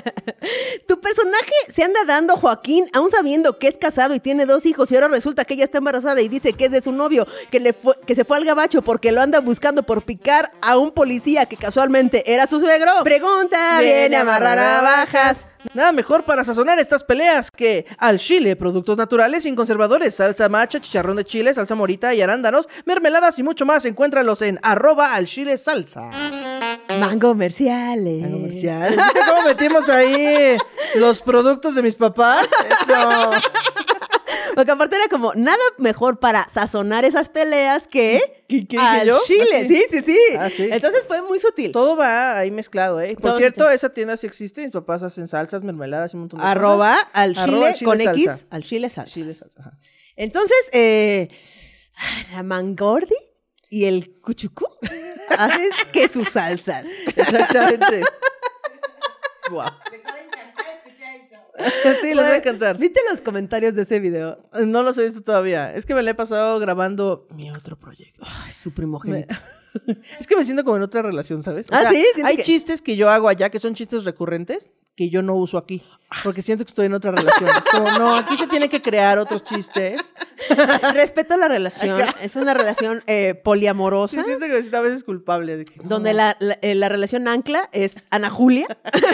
¿Tu personaje se anda dando Joaquín aún sabiendo que es casado y tiene 2 hijos y ahora resulta que ella está embarazada y dice que es de su novio, que se fue al gabacho porque lo anda buscando por picar a un policía que casualmente era su suegro? Pregunta bien, amarranavajas. Nada mejor para sazonar estas peleas que al chile, productos naturales sin conservadores, salsa macha, chicharrón de chile, salsa morita y arándanos, mermeladas y mucho más. Encuéntralos en @alchilesalsa. Mangomerciales. Mangomerciales. ¿Viste cómo metimos ahí los productos de mis papás? Eso. Porque aparte era como, nada mejor para sazonar esas peleas que ¿Qué dije al yo? chile. ¿Ah, sí? Sí. Ah, sí. Entonces fue muy sutil. Todo va ahí mezclado, ¿eh? Por Todo cierto, sutil. esa tienda sí existe. Mis papás hacen salsas, mermeladas y un montón de cosas. Al chile con salsa. X, al chile salsa. Chile salsa. Ajá. Entonces, la mangordi y el cuchucú hacen que sus salsas. Exactamente. Wow. Sí, les va a encantar. ¿Viste los comentarios de ese video? No los he visto todavía. Es que me la he pasado grabando mi otro proyecto. Ay, su primogénito. Es que me siento como en otra relación, ¿sabes? O ¿Ah, sea, sí? ¿Sientes hay que- chistes que yo hago allá que son chistes recurrentes que yo no uso aquí. Porque siento que estoy en otra relación. Es como, no, aquí se tienen que crear otros chistes. Respeto la relación. Es una relación poliamorosa. Sí, siento que me siento a veces culpable. De que, no. Donde la relación ancla es Ana Julia.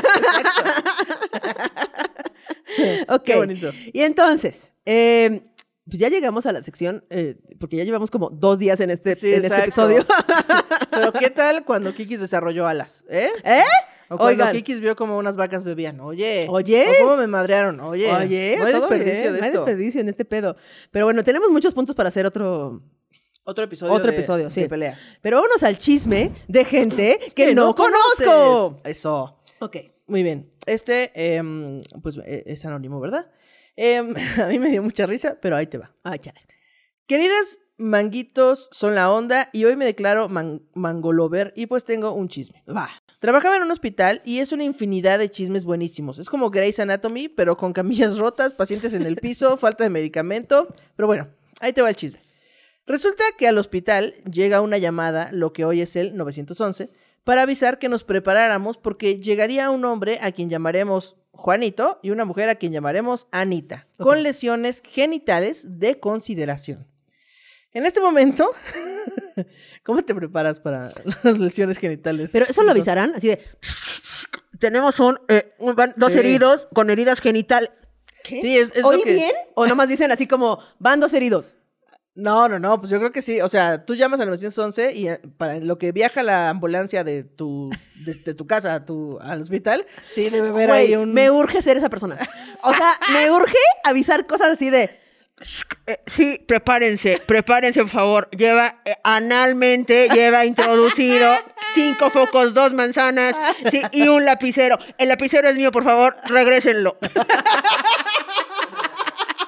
Ok. Qué bonito. Y entonces, pues ya llegamos a la sección, porque ya llevamos como 2 días en este, Sí, en este exacto. episodio. Pero ¿qué tal cuando Kikis desarrolló alas? ¿Eh? ¿Eh? O cuando Oigan. Kikis vio como unas vacas bebían. Oye. Oye. O cómo me madrearon. Oye. No hay todo desperdicio bien, de no hay esto. desperdicio en este pedo. Pero bueno, tenemos muchos puntos para hacer otro episodio, sí. de peleas. Pero vámonos al chisme de gente que no conozco. conoces. Eso. Ok. Muy bien. Pues es anónimo, ¿verdad? A mí me dio mucha risa, pero ahí te va. Ay, chale. Queridas manguitos, son la onda y hoy me declaro mangolover y pues tengo un chisme. Va. Trabajaba en un hospital y es una infinidad de chismes buenísimos. Es como Grey's Anatomy, pero con camillas rotas, pacientes en el piso, falta de medicamento. Pero bueno, ahí te va el chisme. Resulta que al hospital llega una llamada, lo que hoy es el 911, para avisar que nos preparáramos porque llegaría un hombre a quien llamaremos Juanito y una mujer a quien llamaremos Anita, con lesiones genitales de consideración. En este momento, ¿cómo te preparas para las lesiones genitales? Pero eso lo avisarán, así de... Tenemos dos Sí. heridos con heridas genitales. ¿Qué? Sí, es ¿Oí lo que... bien? ¿O nomás dicen así como, van 2 heridos? No, pues yo creo que sí. O sea, tú llamas al 911 y para lo que viaja la ambulancia desde tu casa al hospital, sí debe haber Güey, ahí un... me urge ser esa persona. O sea, me urge avisar cosas así de... Sí, prepárense, por favor. Lleva lleva introducido 5 focos, 2 manzanas, sí, y un lapicero. El lapicero es mío, por favor, regrésenlo.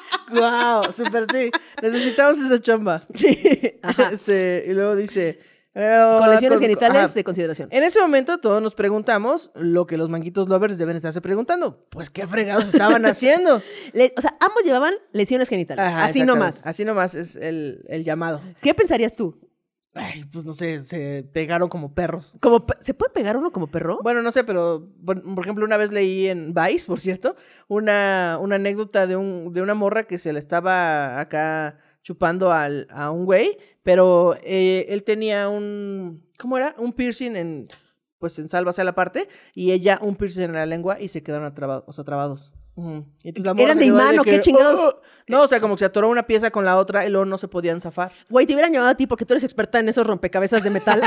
¡Wow! Súper sí. Necesitamos esa chamba. Sí. Y luego dice, Con lesiones con- genitales ajá. de consideración. En ese momento todos nos preguntamos lo que los manguitos lovers deben estarse preguntando. Pues, ¿qué fregados estaban haciendo? O sea, ambos llevaban lesiones genitales. Ajá, así exactamente. nomás. Así nomás es el llamado. ¿Qué pensarías tú? Ay, pues no sé, se pegaron como perros. ¿Se puede pegar uno como perro? Bueno, no sé, pero por ejemplo, una vez leí en Vice, por cierto, una anécdota de una morra que se le estaba acá chupando a un güey, pero él tenía ¿cómo era? Un piercing pues en salva hacia la parte, y ella un piercing en la lengua y se quedaron trabados. Ujú. Y entonces la morra ¿Eran se de quedó imán o qué chingados? "Oh". No, o sea, como que se atoró una pieza con la otra y luego no se podían zafar. Güey, te hubieran llamado a ti porque tú eres experta en esos rompecabezas de metal.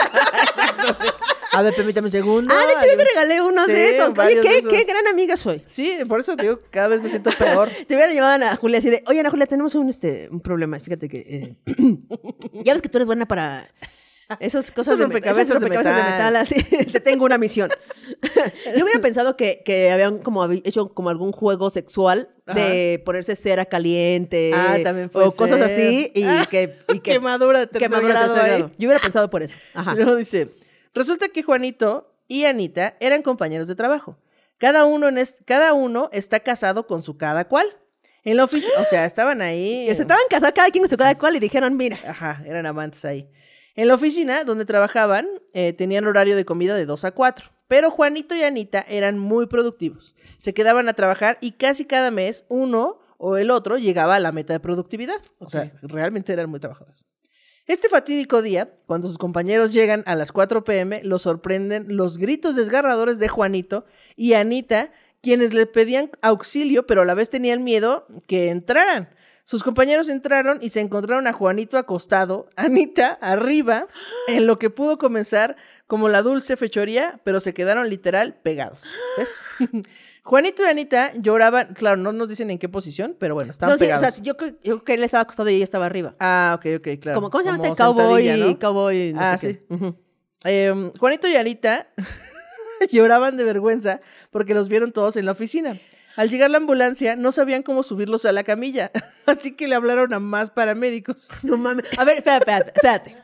A ver, permítame un segundo. De hecho, yo te regalé uno Sí, de esos. Oye, varios de esos. qué gran amiga soy. Sí, por eso te digo que cada vez me siento peor. Te hubieran llamado a Ana Julia así de, oye, Ana Julia, tenemos un problema. Fíjate que... ya ves que tú eres buena para... Esas cosas Estos rompecabezas de metal. así. Te tengo una misión. Yo hubiera pensado que habían hecho como algún juego sexual de ponerse cera caliente. También puede o cosas ser. así. Y que Quemadura de tercer quemadura de grado tercer ahí. grado. Yo hubiera pensado por eso. Ajá. Y luego dice, resulta que Juanito y Anita eran compañeros de trabajo. Cada uno está casado con su cada cual. En la oficina, o sea, estaban ahí. Se estaban casados cada quien con su cada cual y dijeron, mira. Ajá, eran amantes ahí. En la oficina donde trabajaban, tenían horario de comida de 2 a 4. Pero Juanito y Anita eran muy productivos. Se quedaban a trabajar y casi cada mes uno o el otro llegaba a la meta de productividad. O sea, realmente eran muy trabajadores. Este fatídico día, cuando sus compañeros llegan a las 4 p.m., los sorprenden los gritos desgarradores de Juanito y Anita, quienes le pedían auxilio, pero a la vez tenían miedo que entraran. Sus compañeros entraron y se encontraron a Juanito acostado, Anita arriba, en lo que pudo comenzar como la dulce fechoría, pero se quedaron literal pegados. ¿Ves? Juanito y Anita lloraban, claro, no nos dicen en qué posición, pero bueno, estaban No, sí, pegados. o sea, yo creo que él estaba acostado y ella estaba arriba. Ok, claro. ¿Cómo se llama Como este cowboy? sentadilla, ¿no? Cowboy, no sé Sí. qué. Ujú. Juanito y Anita lloraban de vergüenza porque los vieron todos en la oficina. Al llegar la ambulancia, no sabían cómo subirlos a la camilla, así que le hablaron a más paramédicos. No mames. A ver, espérate.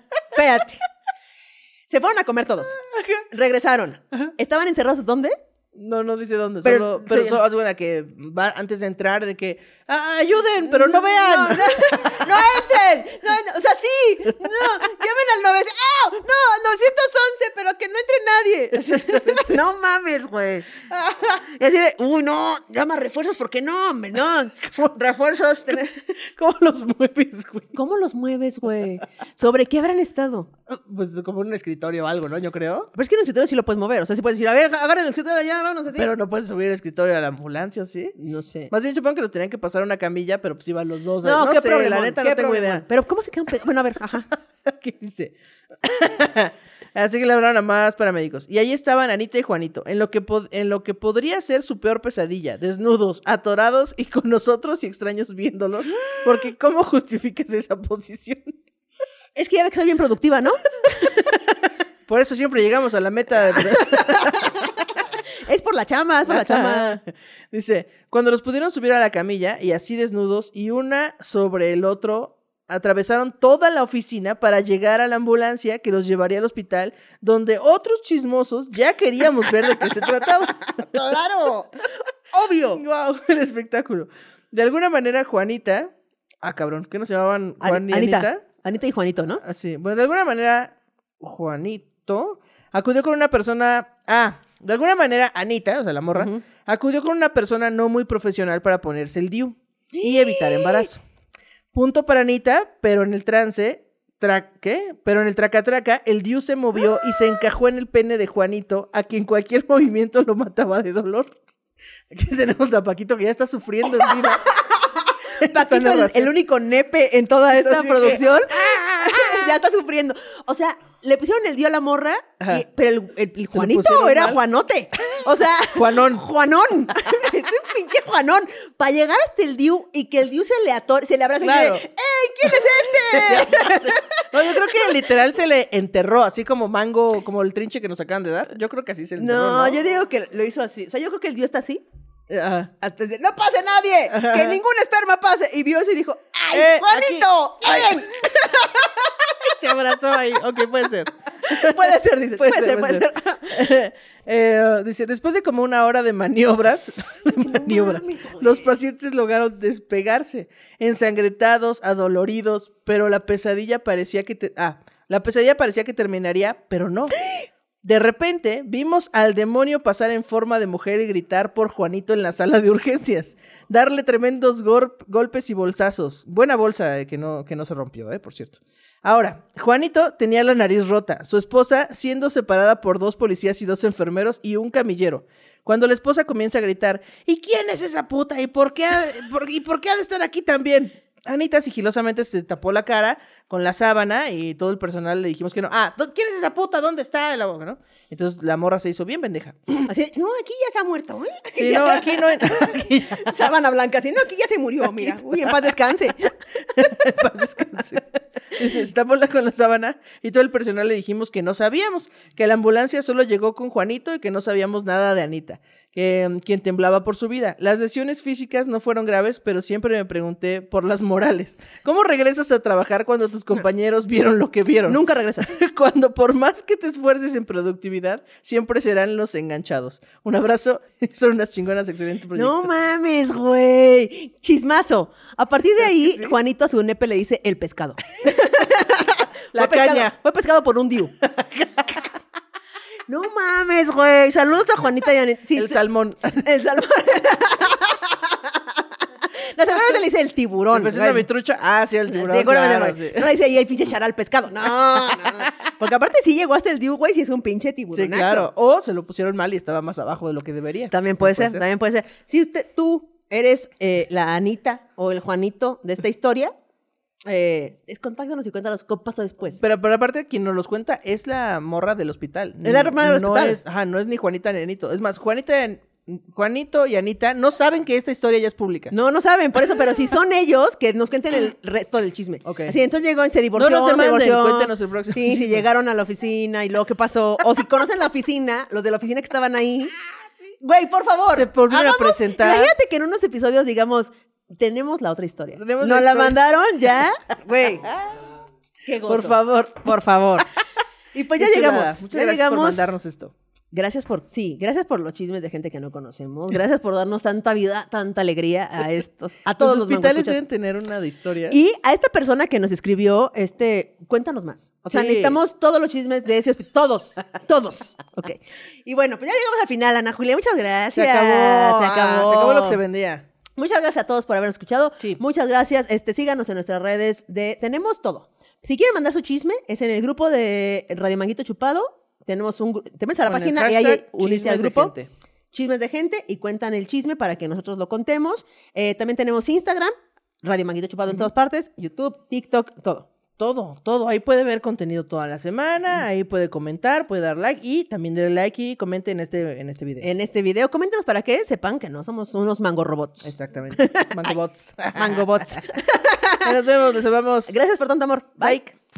Se fueron a comer todos. Regresaron. ¿Estaban encerrados dónde? No dice dónde, Pero, pero sí. solo haz cuenta que va antes de entrar de que ayuden, pero no vean. No entren. No, o sea, sí. No, llamen al 911. ¡Ah! No, 911, pero que no entre nadie. No mames, güey. Y así de, uy, no, llama refuerzos, ¿por qué no, hombre? No, refuerzos. ¿Cómo los mueves, güey? ¿Cómo los mueves, güey? ¿Sobre qué habrán estado? Pues como un escritorio o algo, ¿no? Yo creo. Pero es que en el escritorio sí lo puedes mover. O sea, sí puedes decir, a ver, agarren el escritorio de allá, vámonos así. Pero no puedes subir el escritorio a la ambulancia, ¿sí? No sé. Más bien supongo que los tenían que pasar a una camilla, pero pues iban los dos. No, qué sé, problema. la neta no tengo idea. Pero ¿cómo se quedan pegados? Bueno, a ver, ajá. ¿Qué dice? Así que le hablaron a más paramédicos. Y ahí estaban Anita y Juanito, en lo que podría ser su peor pesadilla, desnudos, atorados y con nosotros y extraños viéndolos. Porque ¿cómo justificas esa posición? Es que ya ve que soy bien productiva, ¿no? Por eso siempre llegamos a la meta. Es por la chama, es por la chama. Dice, cuando los pudieron subir a la camilla y así desnudos y una sobre el otro, atravesaron toda la oficina para llegar a la ambulancia que los llevaría al hospital, donde otros chismosos ya queríamos ver de qué se trataba. ¡Claro! ¡Obvio! ¡Wow! El espectáculo. De alguna manera, Juanita... cabrón, ¿qué no se llamaban Juan y Anita? Anita y Juanito, ¿no? Así. Bueno, de alguna manera, Juanito acudió con una persona... de alguna manera, Anita, o sea, la morra, acudió con una persona no muy profesional para ponerse el DIU y evitar embarazo. Punto para Anita, pero en el trance... Pero en el traca-traca, el DIU se movió y se encajó en el pene de Juanito, a quien cualquier movimiento lo mataba de dolor. Aquí tenemos a Paquito que ya está sufriendo en vida. Paquito, el único nepe en toda esta Así que- producción, ya está sufriendo. O sea, le pusieron el dio a la morra, pero el Se lo Juanito pusieron era mal. Juanote. O sea, Juanón. Es un pinche Juanón. Para llegar hasta el Diu y que el Diu se le abrace Claro. y dice, ¡ey, quién es este! No, yo creo que literal se le enterró, así como mango, como el trinche que nos acaban de dar. Yo creo que así se le enterró, No, yo digo que lo hizo así. O sea, yo creo que el Diu está así. Ajá. Antes de, ¡no pase nadie! ¡Que ningún esperma pase! Y vio eso y dijo, ¡ay, Juanito! ¡Ven! Se abrazó ahí. Ok, puede ser. Puede ser, dice. Puede ser. Dice, después de como una hora de maniobras, los pacientes lograron despegarse, ensangrentados, adoloridos, pero la pesadilla parecía que terminaría, pero no. De repente, vimos al demonio pasar en forma de mujer y gritar por Juanito en la sala de urgencias. Darle tremendos golpes y bolsazos. Buena bolsa que no se rompió, por cierto. Ahora, Juanito tenía la nariz rota. Su esposa siendo separada por 2 policías y 2 enfermeros y un camillero. Cuando la esposa comienza a gritar, ¿y quién es esa puta? ¿Y por qué ha de estar aquí también? Anita sigilosamente se tapó la cara con la sábana y todo el personal le dijimos que no. ¿Quién es esa puta? ¿Dónde está? ¿No? Entonces la morra se hizo bien pendeja. Así, no, aquí ya está muerto, ¿eh? Sí, no, aquí no. Aquí ya. Sábana blanca, así, no, aquí ya se murió, mira. Uy, en paz descanse. En paz descanse. Dice, se tapó con la sábana y todo el personal le dijimos que no sabíamos, que la ambulancia solo llegó con Juanito y que no sabíamos nada de Anita, quien temblaba por su vida. Las lesiones físicas no fueron graves, pero siempre me pregunté por las morales. ¿Cómo regresas a trabajar cuando tus compañeros vieron lo que vieron? Nunca regresas. Cuando por más que te esfuerces en productividad, siempre serán los enganchados. Un abrazo, son unas chingonas, excelente proyecto. No mames, güey. Chismazo. A partir de ahí, sí. Juanito a su nepe le dice el pescado. La caña. Fue pescado por un diu. No mames, güey. Saludos a Juanita y Anita. Sí, el salmón. El salmón. La semana te le dice el tiburón. ¿Me presenta mi trucha? Ah, sí, el tiburón. Claro, sí. No le dice ahí el pinche charal pescado. No. Porque aparte sí llegó hasta el diu, güey, si es un pinche tiburonazo. Sí, claro. O se lo pusieron mal y estaba más abajo de lo que debería. También puede ser. Si tú eres la Anita o el Juanito de esta historia, contáctanos y cuéntanos qué pasó después. Pero aparte, quien nos los cuenta es la morra del hospital. Es la hermana del hospital. No es ni Juanita ni Anito. Es más, Juanito y Anita no saben que esta historia ya es pública. No saben, por eso, pero si son ellos, que nos cuenten el resto del chisme. Okay. Así, entonces llegó y se divorció. Cuéntenos el próximo. Sí, si llegaron a la oficina y luego qué pasó. O si conocen la oficina, los de la oficina que estaban ahí. Güey, por favor. Se volvieron a presentar. Imagínate que en unos episodios digamos, tenemos la otra historia. ¿Nos la mandaron ya? Güey. Qué gozo. Por favor. Y pues ya llegamos. Muchas gracias por mandarnos esto. Gracias por los chismes de gente que no conocemos. Gracias por darnos tanta vida, tanta alegría a todos los hospitales deben tener una de historia. Y a esta persona que nos escribió, cuéntanos más. O sea, necesitamos todos los chismes de ese hospital. Todos. Ok. Y bueno, pues ya llegamos al final, Ana Julia. Muchas gracias. Se acabó lo que se vendía. Muchas gracias a todos por habernos escuchado. Sí. Muchas gracias. Síganos en nuestras redes tenemos todo. Si quieren mandar su chisme, es en el grupo de Radio Manguito Chupado. Tenemos te metes a la página y ahí unirse al grupo. Chismes de gente y cuentan el chisme para que nosotros lo contemos. También tenemos Instagram, Radio Manguito Chupado en todas partes, YouTube, TikTok, todo. Todo. Ahí puede ver contenido toda la semana, ahí puede comentar, puede dar like y también denle like y comente en este video. En este video, coméntenos para que sepan que no somos unos mango robots. Exactamente. Mangobots. Mangobots. Nos vemos, les amamos. Gracias por tanto amor. Bye.